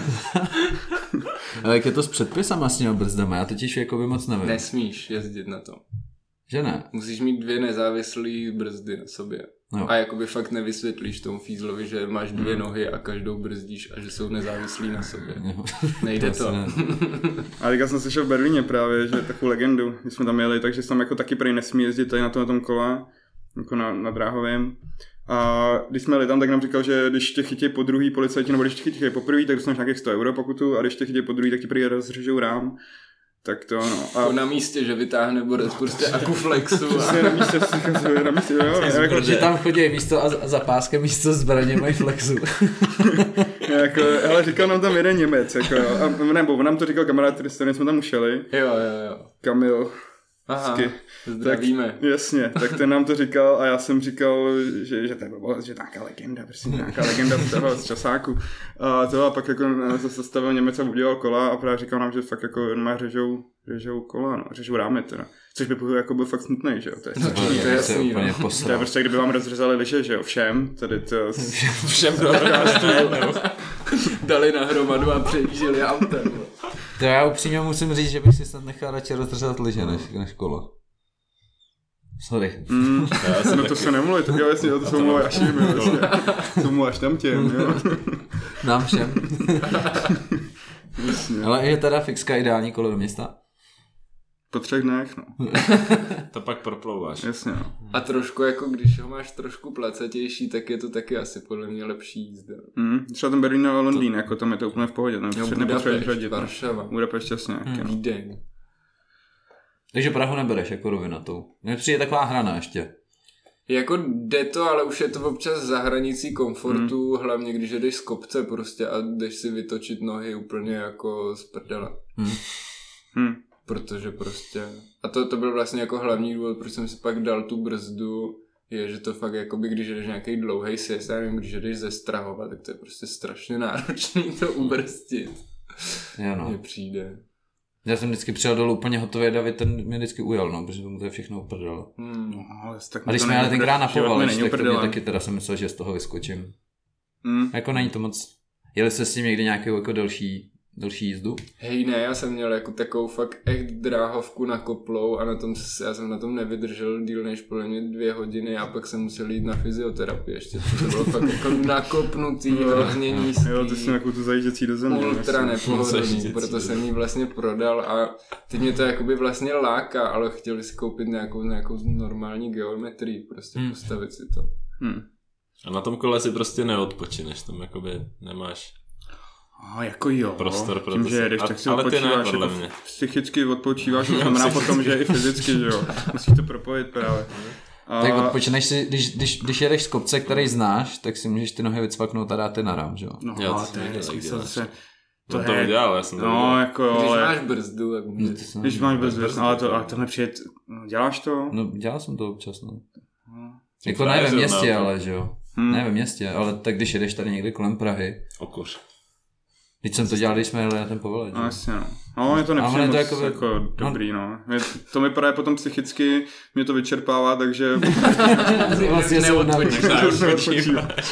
Ale jak je to s předpisama s těmi brzdama? Já totiž jako by moc nevím. Nesmíš jezdit na to. Že ne? Musíš mít dvě nezávislé brzdy na sobě. No. A jakoby fakt nevysvětlíš tomu fízlovi, že máš dvě nohy a každou brzdíš a že jsou nezávislí na sobě. No. Nejde to. Ne. A teďka jsem slyšel v Berlíně právě, že takovou legendu, když jsme tam jeli, takže tam jako taky prej nesmí jezdit tady na tom, na tom kola, jako na, na dráhovém. A když jsme jeli tam, tak nám říkal, že když tě chytí po druhý policajti, nebo když tě chytí po prvý, tak dostaneš nějakých sto euro pokutu a když tě chytí po druhý, tak ti prý rozřežou rám. Tak to ano. A na místě, že vytáhne borec prostě akuflexu. A... na místě, na místě, jo. Jako, že tam chodí místo a za páskem místo zbraně mají flexu. jako, hele, říkal nám tam jeden Němec, jako, a, nebo on nám to říkal kamarád, který jsme tam ušeli. Jo, jo, jo. Kamil. Aha, zdravíme. Tak, jasně, tak ten nám to říkal a já jsem říkal, že, že to je blbost, že nějaká legenda, prostě nějaká legenda z toho, z časáku. A to a pak jako se zastavil Němec a udělal kola a právě říkal nám, že fakt jako má řežou, řežou kola, no, řežou rámy teda. Což by jako byl fakt smutný, že jo, to je no, to, to je jasný, no. To je prostě, kdyby vám rozřezali liže, že jo, všem, tady to... všem do podcastu, dali na hromadu a přejížděli autem. To já upřímně musím říct, že bych si snad nechal radši rozřezat liže než, než kolo. Sorry. Mm, no to se nemluví, to jo, jasně, to jsou mluví až jim, jo, jasně. To mluví až tam těm, jo. Nám všem. Ale je teda fixka ideální kolo do města? Po třech dnech, no. To pak proplouváš. Jasně, no. A trošku jako, když ho máš trošku placatější, tak je to taky asi podle mě lepší jízda. Mm, třeba ten Berlín a Londýn, to... jako tam je to úplně v pohodě. No, jo, Budapešť, Varšava. Budapešť, jasně. Hmm. Vídeň. Takže Prahu nebereš jako rovinatou. Mně přijde taková hrana ještě. Jako jde to, ale už je to občas za hranicí komfortu, hmm. hlavně když jdeš z kopce prostě a jdeš si vytočit nohy úplně jako z prdele. Hmm. Hmm. Protože prostě... A to, to byl vlastně jako hlavní důvod, proč jsem si pak dal tu brzdu, je, že to fakt jakoby, když jdeš nějaký dlouhej sjezd, já nevím, když jdeš ze Strahova, tak to je prostě strašně náročný to ubrzdit. Jo, no. Mně přijde. Já jsem vždycky přijel dolů úplně hotový, David ten mě vždycky ujel, no, protože mu to je všechno uprdalo. Hmm. No, ale a když jsme jeli tenkrát na Povalež, tak to mě taky teda jsem myslel, že z toho vyskočím. Hmm. Jako není to moc... Jeli jste s tím někdy nějakou jako delší delší jízdu? Hej, ne, já jsem měl jako takovou fakt echt dráhovku na koplou a na tom, já jsem na tom nevydržel díl než podle mě dvě hodiny a pak jsem musel jít na fyzioterapii ještě, to bylo fakt jako nakopnutý, hrozně nízký. Jo, ty jsi nějakou tu zajížděcí do země. Ultra nepohodlný, proto jsem ji vlastně prodal a teď mě to jakoby vlastně láká, ale chtěli si koupit nějakou, nějakou normální geometrii, prostě hmm. postavit si to. Hmm. A na tom kole si prostě neodpočineš, tam jakoby nemáš a jako jo, prostor pro tím, to že jedeš, a, tak si ale ty ne, odpočíváš, podle jako mě. Psychicky odpočíváš, to znamená potom, že i fyzicky, že jo, musíš to propojit právě. A... Tak odpočineš si, když, když, když jedeš z kopce, který znáš, tak si můžeš ty nohy vycvaknout a dát ty na rám, že jo? No, jo, to, to je nesmysl zase. To, to je, udělal, já jsem to no, udělal. jako jo, když ale... máš brzdu, tak můžeš. Když máš brzdu, ale to, ale to nepřijde, no, děláš to? No, dělal jsem to občas, no. Hmm. Jako ne ve městě, ale že jo. Hmm. Ne ve městě, ale tak když jedeš tady někde kolem Prahy. Okuř. Teď jsem to dělal, když jsme jeli na ten povelec. No, jasně, no. No, mě to nepřijde moc to jako, jako by... dobrý, no. Mě, to mi právě potom psychicky, mě to vyčerpává, takže... vlastně se neodpočíváš.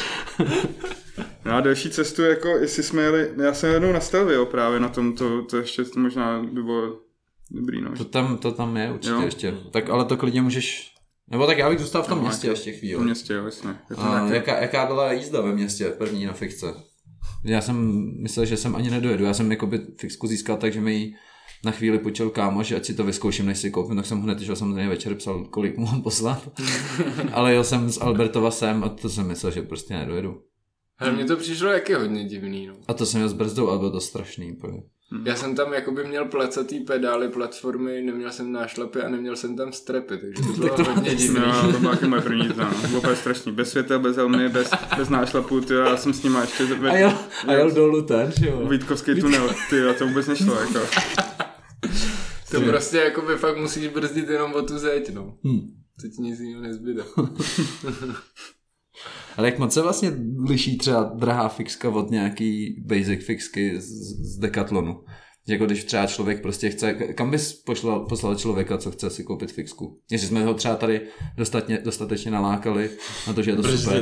No a další cestu, jako, jestli jsme jeli, já jsem jednou na Stelvio právě na tom, to, to ještě možná by bylo dobrý, no. To tam, to tam je určitě jo? ještě. Tak ale to klidně můžeš... Nebo tak já bych zůstal v tom no, městě ještě chvíli. V městě, jo, jasně. A jaká, jaká byla jízda ve městě, první na fikce? Já jsem myslel, že jsem ani nedojedu. Já jsem jakoby fixku získal tak, že mi ji na chvíli počel kámoš, ať si to vyzkouším, než si koupím, tak jsem hned, že samozřejmě večer psal, kolik mu mám poslat. Ale jel jsem z Albertova sem a to jsem myslel, že prostě nedojedu. Ale mně to přišlo jak je hodně divný, no. A to jsem měl s brzdou a bylo to strašný. Protože... Já jsem tam jakoby měl plecatý pedály, platformy, neměl jsem nášlapy a neměl jsem tam strepy, takže to bylo tak to hodně divný. No, to bylo taky moje první jízda, no. Bylo úplně strašný. Bez světel, bez helmy, bez, bez nášlapů, tyjo, já jsem s nima ještě... Ve... A, jel, a jel dolů ten, jo. Vítkovský tunel, tyjo, to vůbec nešlo, jako. To prostě jakoby fakt musíš brzdit jenom o tu zeď, no. Hmm. Teď nic jiného nezbyde. Ale jak moc se vlastně liší třeba drahá fixka od nějaký basic fixky z, z Decathlonu? Jako když třeba člověk prostě chce, kam bys poslal, poslal člověka, co chce si koupit fixku? Jestli jsme ho třeba tady dostatně, dostatečně nalákali na to, že je to super.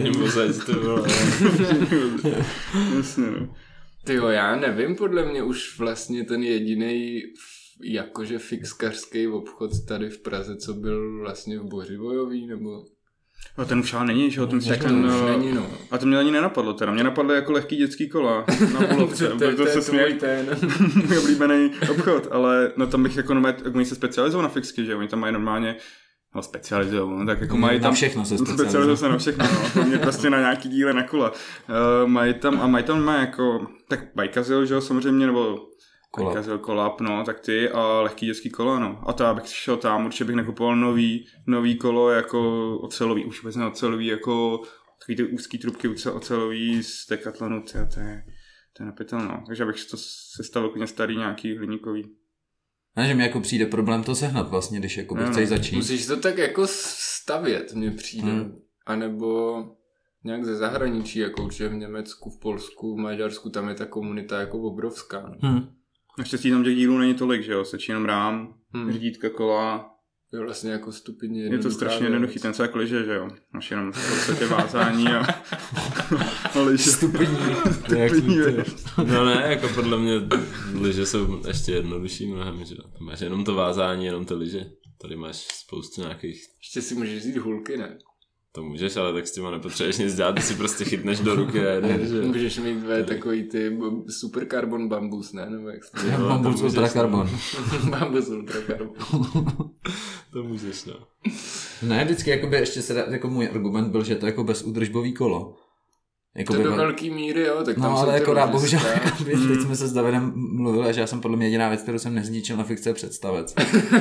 Jasně, no. Tyjo, já nevím, podle mě už vlastně ten jedinej jakože fixkařský obchod tady v Praze, co byl vlastně v Bořivojový, nebo... A ten už ale není, že o tom si tak ten, už není, no. A to mě ani nenapadlo teda. Mě napadlo jako lehký dětský kola na Bulovce. to, to, to je tvůj ten. Můj oblíbený obchod, ale no tam bych jako, oni se specializují na fixky, že oni tam mají normálně, no specializují, no tak jako mají tam... Na všechno se specializují. Specializují se na všechno, no. Mě prostě na nějaký díle na kola. Uh, mají tam, a mají tam má jako, tak Bajkazil, že jo, samozřejmě, nebo... Kolap. kolap, no, tak ty a lehký dětský kola, no. A to já bych šel tam, určitě bych nekupoval nový, nový kolo jako ocelový, už vůbec ne ocelový, jako takový ty úzký trubky ocelový z Decathlonu, to je, to je napitelno. Takže abych to sestavil úplně starý nějaký hliníkový. A že mi jako přijde problém to sehnat vlastně, když jako no, chceš začít. Musíš to tak jako stavět, mně přijde. Hmm. A nebo nějak ze zahraničí, jako určitě v Německu, v Polsku, v Maďarsku, tam je ta komunita jako obrovská. No. Hmm. Naštěstí tam těch dílů není tolik, že jo, stačí jenom rám, hmm. řídítka, kola. Je vlastně jako stupidně je to strašně jednoduchý, ten se jak liže, že jo, máš jenom v podstatě vázání a, a liže. Stupidní. Stupidní, no ne, jako podle mě liže jsou ještě jednodušší mnohem, že jo, máš jenom to vázání, jenom ty liže, tady máš spoustu nějakých... Ještě si můžeš vzít hulky, ne? To můžeš, ale tak s těma nepotřebuješ nic dělat, ty si prostě chytneš do ruky a jedeš, že... Můžeš mít dvě takový ty super carbon bambus, ne? Nebo jak se no, bambus ultra carbon. Bambus ultra carbon. To můžeš, no. Ne, vždycky jakoby ještě se dá, jako můj argument byl, že to je jako bezúdržbový kolo. Jako to do velký míry, jo, tak tam no, ale jako dá, bohužel, teď jsme se s Davidem mluvili, že já jsem podle mě jediná věc, kterou jsem nezničil na fikce, je představec.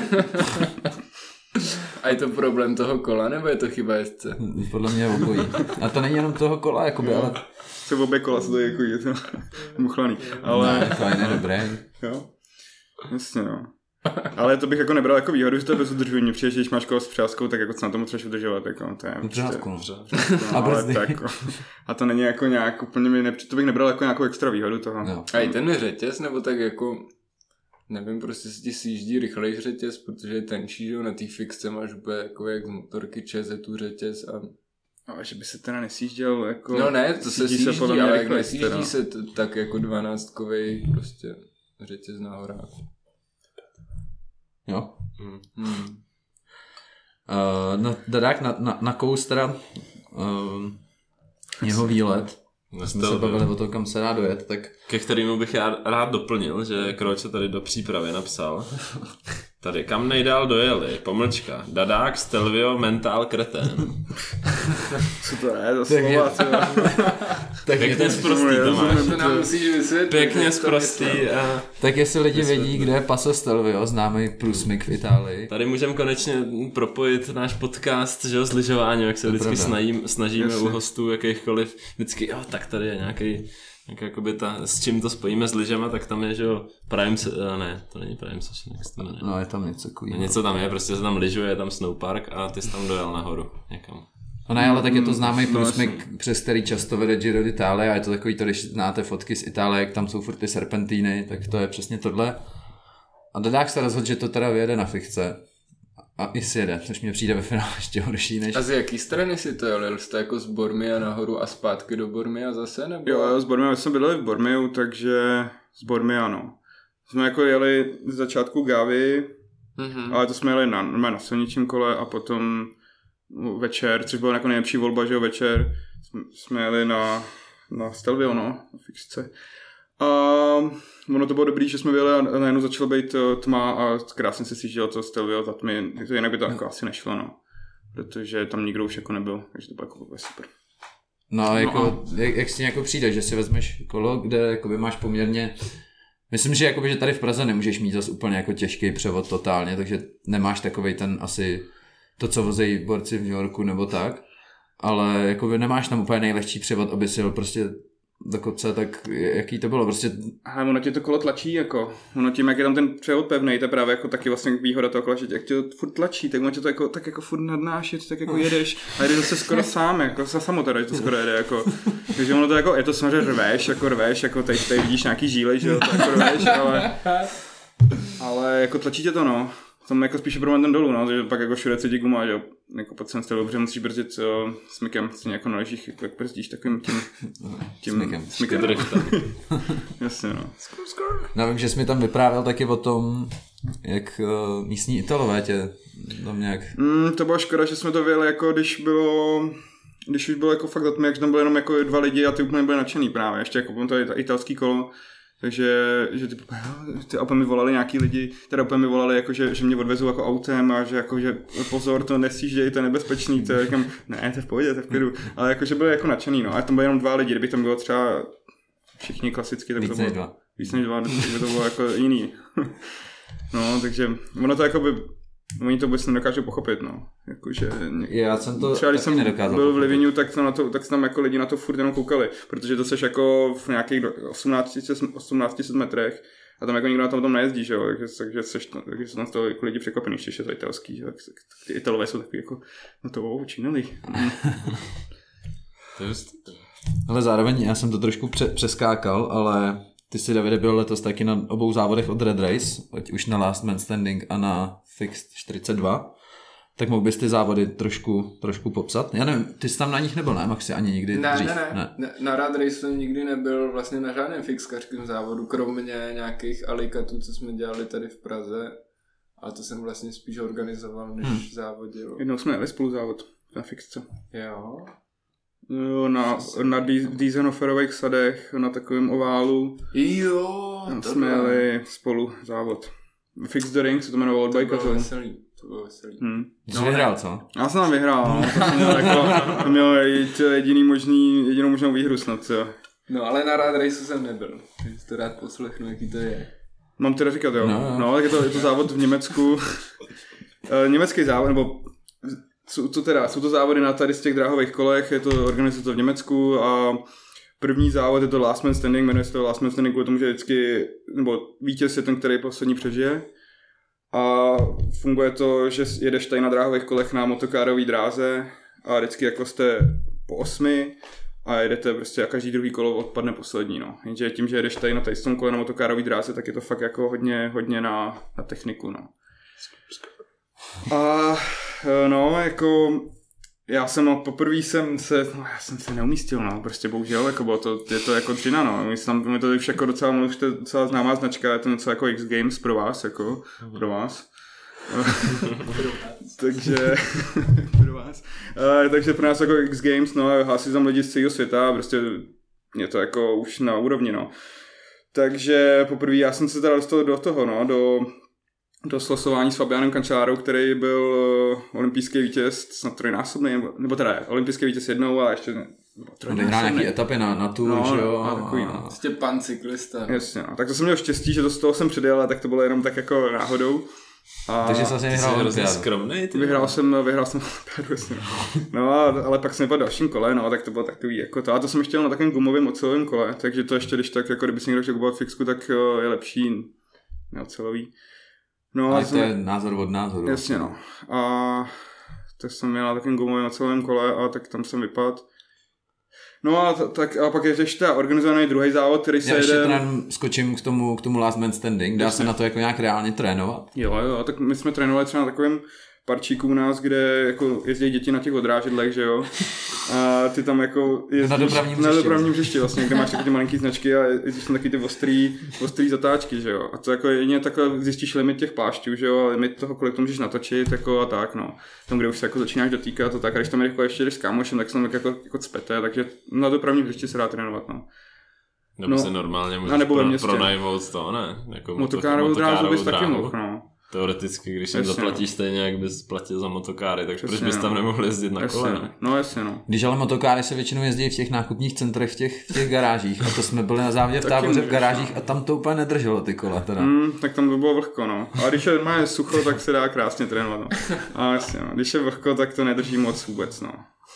A je to problém toho kola, nebo je to chyba jezdce? Podle mě obojí. A to není jenom toho kola, jakoby, ale... Se obě kola se to jako je to muchlaný. Ale... Ne, to je dobré. Jo, jasně no. Ale to bych jako nebral jako výhodu, že to je bez udržování. Přijde, když máš kolo s přázkou, tak jako co na tomu potřebuješ udržovat. Jako, to je přázku. A brzdy. Tak, a to není jako nějak úplně mi nepři... To bych nebral jako nějakou extra výhodu toho. No. A i ten řetěz, nebo tak jako... Nevím, prostě si ti sjíždí rychlej řetěz, protože je tenčí, že na té fixce máš úplně jako jak z motorky čezetu řetěz a... Ale že by se teda nesjížděl jako... No ne, to se sjíždí, se ale jak nesjíždí teda. Se t- tak jako dvanáctkovej prostě řetězná hora. Jo. Hmm. Hmm. Uh, no, Dadák na, na, na kous teda uh, jeho výlet. Jsme se bavili o to, kam se rád dojet, tak... Ke kterému bych já rád doplnil, že Kroče tady do přípravy napsal. Tady, kam nejdál dojeli, pomlčka, Dadák, Stelvio, Mentál, Kretén. Co to je za slova, co tak pěkně zprostý to máš. To nám musíš vysvětlit. Pěkně zprostý. A... Tak jestli lidi vědí, kde je Passo Stelvio, známý průsmyk v Itálii. Tady můžeme konečně propojit náš podcast, že jo, s lyžováním, jak se to vždycky snažím, snažíme Jasně. u hostů jakýchkoliv, vždycky, jo, tak tady je nějaký, nějaký jakoby ta, s čím to spojíme s lyžema, tak tam je, že jo, Prime, ne, to není Prime Session, jak se to jmenuje. No, je tam něco takového. No, něco tam je, prostě se tam lyžuje, je tam snowpark a ty jsi tam dojel nahoru někam. No ne, ale tak je to známý průsmyk, no, přes který často vede Giro d'Italia a je to takový to, když znáte fotky z Itálie, jak tam jsou furt ty serpentíny, tak to je přesně tohle. A Dadák se rozhodl, že to teda vyjede na fikce. A i si jede, což mě přijde ve finále ještě horší než... A z jaký strany si to jel? Jel jste jako z Bormia nahoru a zpátky do Bormia zase? Nebo... Jo, jo, z Bormia jsme byli v Bormiu, takže z Bormia ano. Jsme jako jeli z začátku Gavy, mm-hmm. ale to jsme jeli na, na silničním kole a potom večer, což byla jako nejlepší volba, že jo, večer jsme jeli na, na Stelvio, no, na fixce. A ono to bylo dobrý, že jsme byli a najednou začalo být tma a krásně se sjíždělo to Stelvio za tmy, jinak by to jako asi nešlo, no. Protože tam nikdo už jako nebyl, takže to bylo jako super. No, jako, no. jak, jak s tím jako přijde, že si vezmeš kolo, kde jakoby máš poměrně... Myslím, že, jakoby, že tady v Praze nemůžeš mít zase úplně jako těžký převod totálně, takže nemáš takovej ten asi to, co vozejí borci v New Yorku nebo tak, ale jakoby nemáš tam úplně nejlehčí převod, aby si jel prostě do kopce, tak jaký to bylo prostě... Aha, ono tě to kolo tlačí, jako, ono tím, jak je tam ten převod pevnej, to je právě jako taky vlastně výhoda toho kola, že jak tě to furt tlačí, tak ono tě to jako, tak jako furt nadnáší, tak jako jedeš a jedeš zase skoro sám, jako za samo teda, že to skoro jede, jako, takže ono to jako, je to samozřejmě rveš, jako rveš, jako tady, tady vidíš nějaký žíly, že jo, to jako rveš, ale, ale jako tlačí tě to, no. Tam jako spíše problém ten dolů, no, že pak jako všude cítí guma, že jo, jako po celém stylu, protože musíš brzdit uh, smykem, stejně jako na ležích, jako jak brzdíš takovým tím, tím smykem. smykem. Jasně, no. No, vím, že jsi mi tam vyprávěl taky o tom, jak uh, místní Italové tě tam nějak... Mm, to byla škoda, že jsme to vyjeli, jako když bylo, když už bylo jako fakt zatmě, jak tam byly jenom jako dva lidi a ty úplně byli nadšený právě, ještě jako to je italský kolo. Takže že ty, ty opět mi volali nějaký lidi, teda opět mi volali, jako, že, že mě odvezou jako autem a že, jako, že pozor, to nesížděj, to je nebezpečný, to je, říkám, ne, to je v pohodě, to je v klidu, ale jako, že byli jako nadšený, no, a tam byly jenom dva lidi, kdyby tam bylo třeba všichni klasicky, tak víc to bylo, než dva. Víc než dva, tak by to bylo jako jiný. No, takže ono to jako by, oni to vůbec nedokážou pochopit, no. Jakože, já jsem to třeba když jsem nedokázal byl v Livignu, tak tam, na to, tak tam jako lidi na to furt jenom koukali, protože to seš jako v nějakých osmnácti set metrech a tam jako nikdo na tom tam nejezdí, že jo, takže, takže, seš, takže jsou tam z toho jako lidi překvapený, ještě je to italský, že? Tak, tak ty Italové jsou takový jako, no to wow, činili. Ale zároveň já jsem to trošku pře- přeskákal, ale ty jsi, Davide, byl letos taky na obou závodech od Red Race, ať už na Last Man Standing a na Fixed čtyřicet dva. Tak mohl bys ty závody trošku, trošku popsat? Já nevím, ty jsi tam na nich nebyl, ne, Maxi, ani nikdy ne, dřív? Ne, ne, ne. Na Red Race jsem nikdy nebyl vlastně na žádném fixkařském závodu, kromě nějakých alikatů, co jsme dělali tady v Praze. A to jsem vlastně spíš organizoval, než hmm. závodil. Jednou jsme jeli spolu závod na fixce. Jo. Jo, na, na Diesenoferových sadech, na takovém oválu. Jo, tam jsme jeli spolu závod. Fix the Ring, se to jmenovalo od Bajka. To bylo veselý. To bylo veselý. Hmm. Jsi no, vyhrál, co? Já jsem tam vyhrál, no. To jsem měl, jako, měl jediný možný, jedinou možnou výhru snad, co? No, ale na Rad Raceu jsem nebyl. Takže to rád poslechnu, jaký to je. Mám teda říkat, jo. No, no tak je to, je to závod v Německu. Německý závod, nebo jsou to teda, jsou to závody na tady z těch dráhových kolech, je to organizuje to v Německu a první závod je to Last Man Standing, jmenuje se to Last Man Standing kvůli tomu, že vždycky, nebo vítěz je ten, který poslední přežije. A funguje to, že jedeš tady na dráhových kolech na motokárové dráze a vždycky jako jste po osmi a jedete prostě a každý druhý kolo odpadne poslední, no. Jenže tím, že jedeš tady na tady tom kole na motokárové dráze, tak je to fakt jako hodně, hodně na, na techniku, no. A no, jako Já jsem, no, poprvé jsem se, no, já jsem se neumístil, no, prostě bohužel, jako bylo to, je to jako dřina, no, my tam, my to už jako docela, už to je docela známá značka, je to něco jako X Games pro vás, jako, pro vás. takže, pro vás. Uh, takže pro nás jako X Games, no, hlásí tam lidi z celého světa, prostě je to jako už na úrovni, no. Takže poprvé já jsem se teda dostal do toho, no, do... do slosování s Fabianem Cancellarou, který byl uh, olympijský vítěz, snad trojnásobný, nebo, nebo teda je, olympijský vítěz jednou a ještě ne, On vyhrál nějaký etapy na, na tu, no, že jo? A, a takový, no. Prostě pan cyklista. Jasně, no. Tak to jsem měl štěstí, že to z toho jsem předjel, ale tak to bylo jenom tak jako náhodou. A takže jsem si vyhrál olympiádu. Skromnej, ty vyhrál jsem, vyhrál jsem olympiádu, jasně. No, a, ale pak jsem vypadl dalším kole, no, tak to bylo takový jako to. A to jsem ještě jel na takovém gumovém ocelovém kole, takže to ještě, když tak, jako kdyby si někdo chtěl kupovat fixku, tak je lepší neocelový. No, ale to je názor od názoru. Jasně, no. A tak jsem měl na takovém gumovém ocelovém kole a tak tam jsem vypadl. No a, t- tak, a pak je ještě organizovaný druhý závod, který se Já jede... ještě trén, skočím k tomu, k tomu last man standing. Dá se na to jako nějak reálně trénovat? Jo, jo, tak my jsme trénovali třeba na takovém parčíku u nás, kde jako jezdí děti na těch odrážedlech, že jo. A ty tam jako jezdíš na dopravním hřišti. Na dopravním hřišti vlastně, kde máš taky ty malinký značky a jezdíš tam taky ty ostrý, ostrý zatáčky, že jo. A to jako jedině takhle zjistíš limit těch plášťů, že jo, a limit toho, kolik to můžeš natočit, jako a tak, no. Tam, kde už se jako začínáš dotýkat a tak, a když tam jako ještě jdeš s kámošem, tak se tam jako, jako cpete, takže na dopravním hřišti se dá trénovat, no. Nebo no, se normálně můžeš nebo pro, pronajmout to, ne? Jako motokárovou dráhu bys taky mohl, no. Teoreticky, když jim zaplatíš no. stejně, jak bys platil za motokáry, tak proč bys no. tam nemohl jezdit na jasně, kole, ne? No jasně, no. Když ale motokáry se většinou jezdí v těch nákupních centrech, v těch, v těch garážích. A to jsme byli na závodě v Táboře v garážích a tam to úplně nedrželo ty kola teda. Mm, tak tam by bylo vlhko, no. A když je normálně sucho, tak se dá krásně trénovat, no. A jasně, no. Když je vlhko, tak to nedrží moc vůbec, no.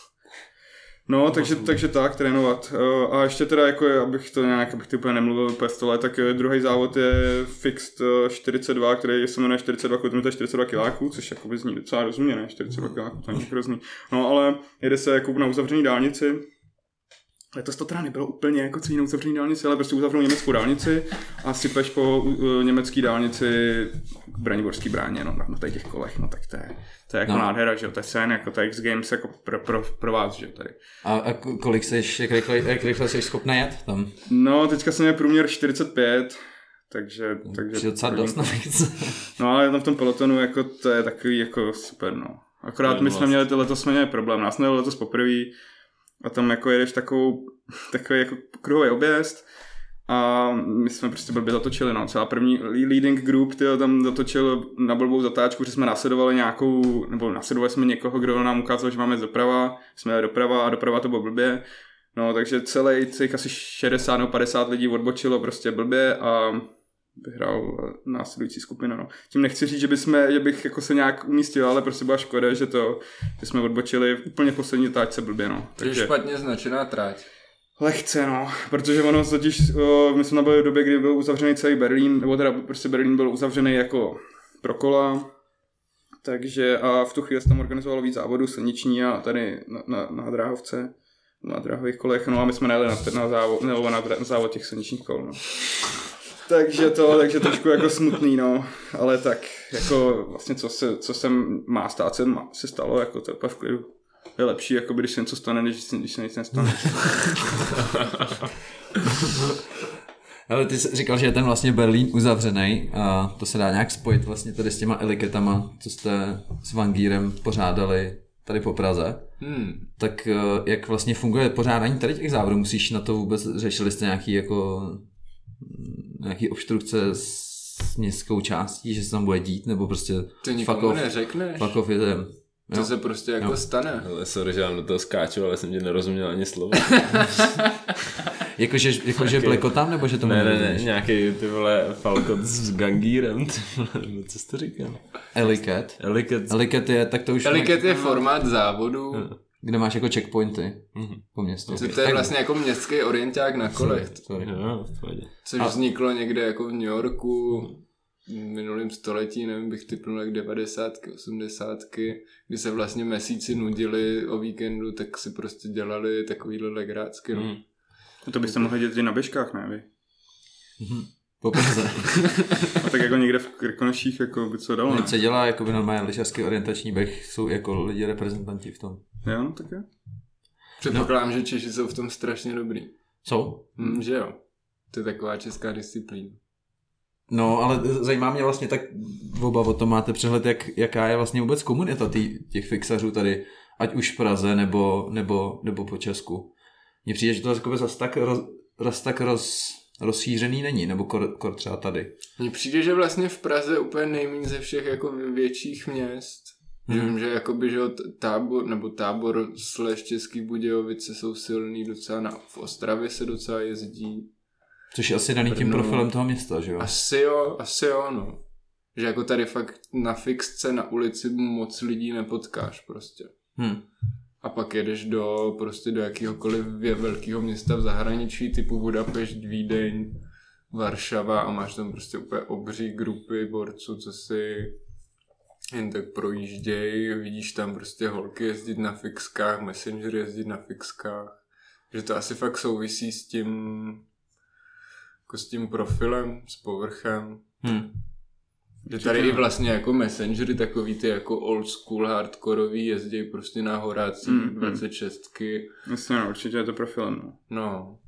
No, takže, takže tak, trénovat. A ještě teda, jako, abych to nějak, abych to úplně nemluvil úplně stole, tak druhý závod je Fixed čtyřicet dva, který se jmenuje čtyřicet dva kilometrů, čtyřicet dva kiláků, což jako by zní docela rozumně, ne? čtyřicet dva kiláků, to není hrozný. No, ale jede se jako na uzavřený dálnici. Letos to teda nebylo úplně jako celý na uzavřený dálnici, ale prostě uzavřenou německou dálnici a sypeš po uh, německé dálnici k Braniborský bráně, no, na, na těch kolech, no tak to je, to je jako no. nádhera, že jo, to je sen, jako to X Games jako pro, pro, pro vás, že jo, tady. A, a kolik seš, jak rychle, jak rychle seš schopný jet tam? No, teďka jsem měl průměr čtyřicet pět, takže... takže docela dost navíc. No, ale tam v tom pelotonu, jako to je takový jako super, no. Akorát my jsme měli, letos jsme měli problém, nás měli letos poprvé, a tam jako jedeš takovou, takový jako kruhový objezd a my jsme prostě blbě zatočili, no. Celá první leading group, tyjo, tam zatočil na blbou zatáčku, že jsme následovali nějakou, nebo následovali jsme někoho, kdo nám ukázal, že máme doprava, jsme jeli doprava a doprava to bylo blbě. No, takže celý, celých asi šedesát nebo padesát lidí odbočilo prostě blbě a vyhrál následující skupina, no. Tím nechci říct, že, bychom, že bych jako se nějak umístil, ale prostě byla škoda, že to, že jsme odbočili úplně v poslední táčce blbě, no. Takže je špatně značená tráť. Lehce, no, protože ono totiž, o, my jsme byli v době, kdy byl uzavřený celý Berlín, nebo teda prostě Berlín byl uzavřený jako pro kola, takže a v tu chvíli se tam organizovalo víc závodů silniční a tady na, na, na dráhovce, na dráhových kolech, no a my jsme nejeli na, na, závod, nebo na, na závod těch silničních kol, no. Takže to, takže trošku jako smutný, no, ale tak, jako vlastně co se, co se má stát, se, má, se stalo, jako to je v klidu. Je lepší, jako když se něco stane, než když se nic nestane. Ale ty jsi říkal, že je ten vlastně Berlín uzavřený a to se dá nějak spojit vlastně tady s těma eliketama, co jste s Vangírem pořádali tady po Praze. Hmm. Tak jak vlastně funguje pořádání tady těch závodů? Musíš na to vůbec, řešili jste nějaký jako nějaký obstrukce s městskou částí, že se tam bude dít, nebo prostě to nikomu neřekneš. Fuck off jedem. To se prostě jako jo. stane. Ale sorry, že vám do toho skáču, ale jsem tě nerozuměl ani slovo. Jakože jako, že blekotám, nebo že to ne, ne, ne, nějaký ty vole falkot s gangírem, co jsi to říkal? Eliket. Eliket. Eliket je, tak to už... Eliket je formát závodu. Kde máš jako checkpointy mm-hmm. po městě. Okay. To je vlastně jako městský orienták na kolech. Sorry, sorry. Jo, což a... vzniklo někde jako v New Yorku v minulém století, nevím, bych typnul jak devadesátky, osmdesátky, kdy se vlastně měsíci nudili o víkendu, tak si prostě dělali takovýhle legrácky. No. Mm. To byste mohli dělat i na běžkách, ne vy? Mm-hmm. Po Praze. A tak jako někde v Krkonoších jako by co dalo, ne? Teď se dělá jako by normálně lyžařský orientační běh, jsou jako lidi reprezentanti v tom. Jo, no tak jo. Předpokládám, no. že Češi jsou v tom strašně dobrý. Jsou? Hm, že jo. To je taková česká disciplína. No, ale zajímá mě vlastně tak oba o tom máte přehled, jak, jaká je vlastně vůbec komunita tý, těch fixařů tady, ať už v Praze nebo, nebo, nebo po Česku. Mně přijde, že to jako zase tak, roz, roz, tak roz, rozšířený není, nebo kor, kor třeba tady. Mně přijde, že vlastně v Praze je úplně nejméně ze všech jako větších měst. Hmm. Že vím, že jakoby, že tábor, nebo tábor slash Český Budějovice jsou silný docela, na, v Ostravě se docela jezdí. Což je asi daný tím profilem toho města, že jo? Asi jo, asi jo, no. Že jako tady fakt na fixce na ulici moc lidí nepotkáš prostě. Hmm. A pak jedeš do prostě do jakýhokoliv velkého města v zahraničí, typu Budapešť, Vídeň, Varšava a máš tam prostě úplně obří grupy borců, co si jen tak projíždějí, vidíš tam prostě holky jezdit na fixkách, messengery jezdit na fixkách. Že to asi fakt souvisí s tím jako s tím profilem, s povrchem. Hmm. Že tady i vlastně jako messengery takový ty jako old school hardkorový jezdí prostě na horácích mm, dvacet šestky. Jasně, no, určitě je to profilem, no. No.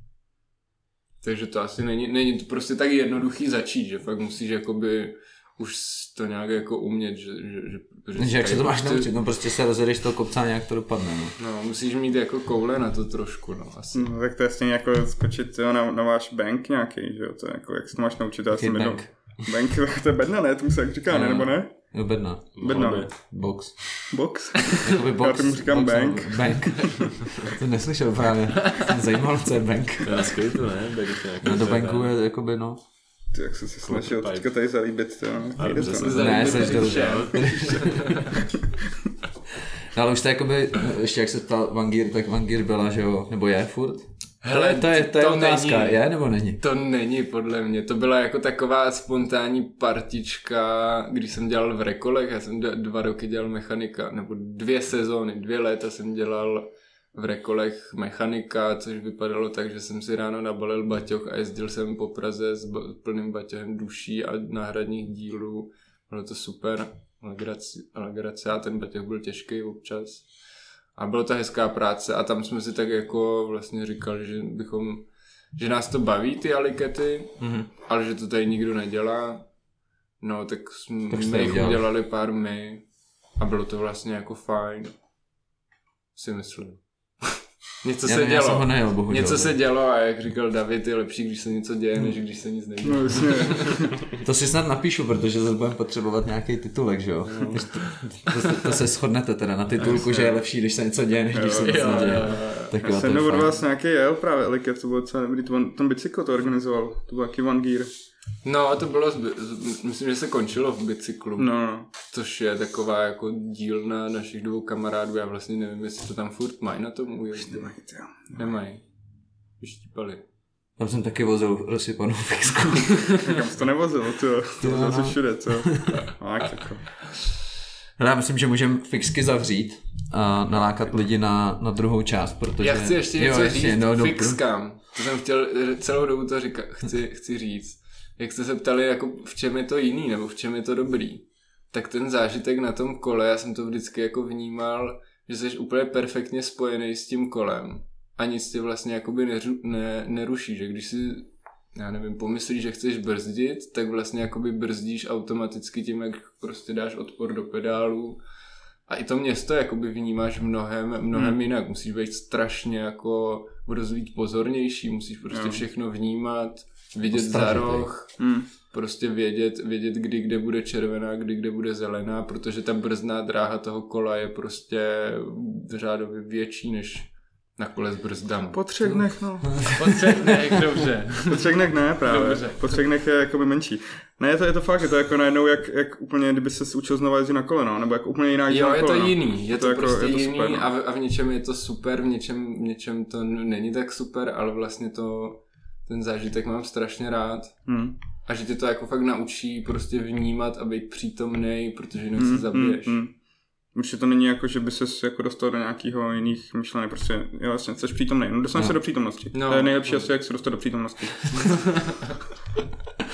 Takže to asi není, není to prostě tak jednoduchý začít, že fakt musíš jakoby už to nějak jako umět, že... Že, že, že jak se to máš prostě, naučit, no prostě se rozjedeš z toho kopce a nějak to dopadne, no. No, musíš mít jako koule na to trošku, no, asi. No, tak to je stejně jako skočit jo, na, na váš bank nějaký, že jo, to je jako, jak se to máš naučit, já jsem jednou... Bank, to je bedna, ne? To se jak říká, no, ne, nebo ne? Jo, bedna. Bedna, ne? Box. Box? box já tomu říkám box, bank. No, bank. To neslyšel právě. Zajímalo, co je bank. To je na skrytu, ne? No do banku je jakoby, no. Ty, jak jsem se snažil teďka tady zalíbit, to nejde to. Ne, ne seš dobře. No, ale už to jakoby, ještě jak se ptal Vangír, tak Vangír byla, že jo, nebo je furt? Hele, to je, to je, to je otázka, není, je nebo není? To není podle mě, to byla jako taková spontánní partička, když jsem dělal v Rekolech, já jsem dva roky dělal mechanika, nebo dvě sezóny, dvě léta jsem dělal v Rekolech mechanika, což vypadalo tak, že jsem si ráno nabalil baťoch a jezdil jsem po Praze s plným baťohem duší a náhradních dílů, bylo to super, legrace a ten baťoch byl těžký občas. A byla to hezká práce a tam jsme si tak jako vlastně říkali, že bychom, že nás to baví ty alikety, mm-hmm. ale že to tady nikdo nedělá. No tak jsme tak my jich udělali pár my a bylo to vlastně jako fajn. Si myslím. Něco já se ne, dělo. Nejel, bohužel, něco se dělo a jak říkal David, je lepší, když se něco děje, než když se nic neděje. No, to si snad napíšu, protože zase budeme potřebovat nějaký titulek, že jo? No. To, to, to se shodnete teda na titulku, že je lepší, když se něco děje, než když se nic neděje. Tak já jsem od vás nějaký jel právě eliket, to bylo docela dobrý, ten bicykl to organizoval, to byl jaký One Gear. No, to bylo, myslím, že se končilo v bicyklu, no. Což je taková jako dílna našich dvou kamarádů, já vlastně nevím, jestli to tam furt mají na tom ujezdí. Nemají. Vyštípali. Tam jsem taky vozil rozsypanou fixku. Kam jsi to nevozil, to, to vozil se všude, co? Tak, jako. Já myslím, že můžeme fixky zavřít a nalákat lidi na, na druhou část, protože... Já chci ještě něco jo, říct no, fixkám. To jsem chtěl, celou dobu to říkat, chci, chci říct. Jak jste se ptali, jako v čem je to jiný, nebo v čem je to dobrý, tak ten zážitek na tom kole, já jsem to vždycky jako vnímal, že jsi úplně perfektně spojený s tím kolem a nic tě vlastně jakoby neru, ne, neruší, že když si, já nevím, pomyslíš, že chceš brzdit, tak vlastně jakoby brzdíš automaticky tím, jak prostě dáš odpor do pedálu a i to město jakoby vnímáš mnohem, mnohem hmm. jinak, musíš být strašně jako rozvít pozornější, musíš prostě hmm. všechno vnímat, vidět za roh, hmm. prostě vědět, vědět, kdy kde bude červená, kdy kde bude zelená, protože ta brzdná dráha toho kola je prostě řádově větší než na kole s brzdama. Po třech dnech, no. Po třech dnech, dobře. Po třech dnech ne, právě. Dobře. Po třech dnech je jakoby menší. Ne, je to, je to fakt, je to jako najednou, jak, jak úplně, kdyby se učil znova jezdit na kole, no, nebo jako úplně jiná jízda na kole. Jo, je to no. jiný, je to, to prostě jako, je to jiný super, no. a, v, a v něčem je to super, v něčem, v něčem to není tak super, ale vlastně to, ten zážitek mám strašně rád. Hmm. A že tě to jako fakt naučí prostě vnímat a být přítomnej, protože jinak hmm, se zabiješ. Hmm, hmm. Určitě to není jako, že by ses jako dostal do nějakého jiných myšlenek, prostě jo, vlastně, jsi přítomnej, no dostaneš no. se do přítomnosti. No, to je nejlepší no. asi, jak se dostat do přítomnosti.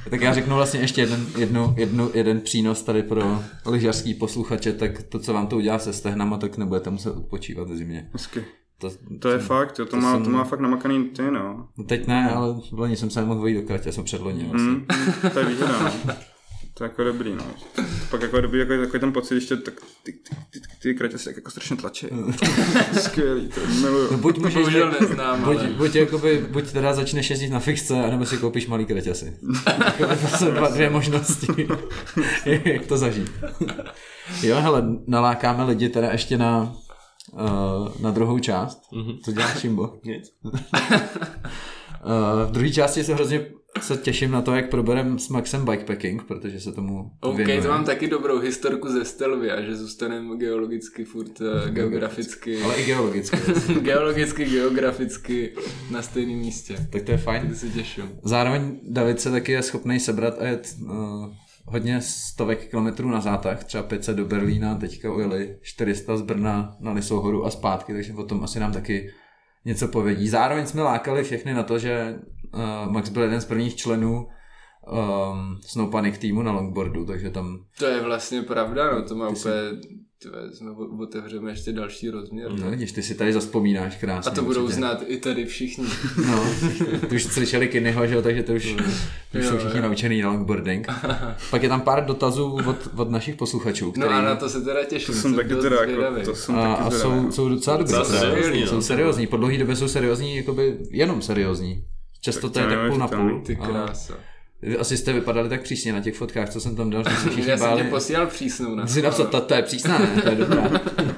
Tak já řeknu vlastně ještě jeden, jednu, jednu, jeden přínos tady pro lyžařský posluchače, tak to, co vám to udělá se stehnama, tak nebudete muset odpočívat v zimě. Hezky. To, to je fakt, jo, to, to, má, jsem... to má fakt namakaný ty, no. Teď ne, ale v loni jsem se nemohl vojít do kratě, já jsem předloni vlastně. Mm, to je výhoda, no. To je jako dobrý, no. Pak jako dobrý, jako takový ten pocit, ještě tak ty, ty, ty, ty kratě se jako strašně tlačí. Skvělý, to miluju. No buď můžeš, bohužel neznám, buď, ale... buď, jakoby, buď teda začneš jezdit na fixce, anebo si koupíš malý kraťasy. To jsou dva, dvě možnosti, jak to zažít. Jo, hele, nalákáme lidi teda ještě na, uh, na druhou část. Mm-hmm. Co děláš, Šimbo? Nic. uh, v druhé části se hrozně se těším na to, jak proberem s Maxem bikepacking, protože se tomu OK, věnujem. to mám taky dobrou historku ze Stelvia, že zůstaneme geologicky furt uh, geograficky. Ale i geologicky. geologicky, geograficky na stejném místě. Tak to je fajn. Tak se těším. Zároveň David se taky je schopný sebrat a jet uh, hodně stovek kilometrů na zátah, třeba pět set do Berlína, teďka ujeli čtyři sta z Brna na Lisou horu a zpátky, takže potom asi nám taky něco povědí. Zároveň jsme lákali všechny na to, že uh, Max byl jeden z prvních členů um, Snow Panic týmu na longboardu, takže tam... To je vlastně pravda, no to má úplně... Tvé, jsme otevřeme ještě další rozměr. No vidíš, ty si tady zazpomínáš krásně. A to budou určitě znát i tady všichni. No, ty už slyšeli Kinneyho, že jo, takže to už, už jsou všichni naučený na longboarding. Pak je tam pár dotazů od, od našich posluchačů, který... No a na to se teda těším. To jsem taky teda jako, to jsem a, taky a jsou, jsou docela dobrý. Seriózní, jsou no. seriózní, po dlouhý době jsou seriózní, jakoby jenom seriózní. Často to je tak půl na půl. Ty krása. Asi jste vypadali tak přísně na těch fotkách, co jsem tam dal, že se všichni Já báli. jsem tě posílal přísnou na Jsi napsal, to, to je přísná, ne? To je dobrá.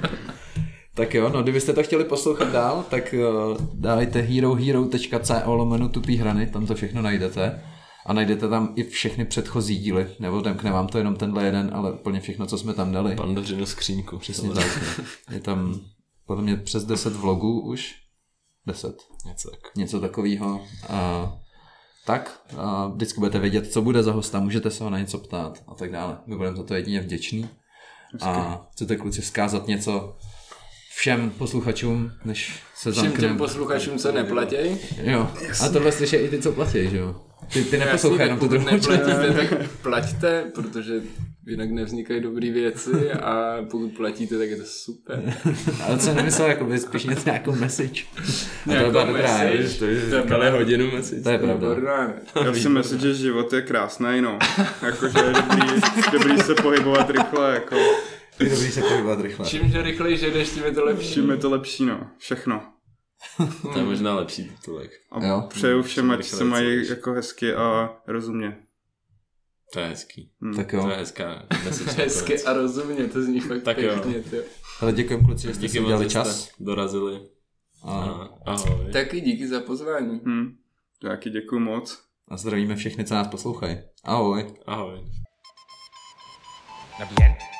Tak jo, no kdybyste to chtěli poslouchat dál, tak uh, dávajte herohero tečka co lomeno tupý hrany, tam to všechno najdete. A najdete tam i všechny předchozí díly, nebo temkne vám to jenom tenhle jeden, ale úplně všechno, co jsme tam dali. Pandořinu skřínku. Přesně tak. Je tam podle mě přes deset vlogů už. deset. Něco tak. Něco takového. A tak, a vždycky budete vědět, co bude za hosta, můžete se ho na něco ptát a tak dále. My budeme za to jedině vděční. A chcete kluci vzkázat něco všem posluchačům, než se zamkneme? Všem těm posluchačům, co neplatěj? Jo, a tohle slyší i ty, co platí, že jo? Ty, ty neposlouchají jenom tu druhou část. Tak plaťte, protože jinak nevznikají dobrý věci a pokud platíte, tak je to super. Ale co nemyslel, jako by spíš něco nějakou message. A Nějakou to byla dobrá, message. víš? To je říkali hodinu message. To je pravda. Já si myslím, že život je krásný, no. Jakože je dobrý, dobrý se pohybovat rychle, jako. Je dobrý se pohybovat rychle. Čímže rychleji jdeš, tím je to lepší. Čím je to lepší, no. Všechno. To je možná lepší titulek. A Jo. přeju všem, ať Rychle se mají cítíš. jako hezky a rozumně. To je hezký. Hmm. Tak jo. To je hezká message. Hezky a rozumně, to zní fakt Tak jo. pěkně. Tyjo. Ale děkujem kluci, že jste Díky si moc, udělali že jste čas. dorazili. A, A, ahoj. Taky díky za pozvání. Hmm. Taky děkuju moc. a zdravíme všechny, co nás poslouchají. Ahoj. Ahoj. No bien.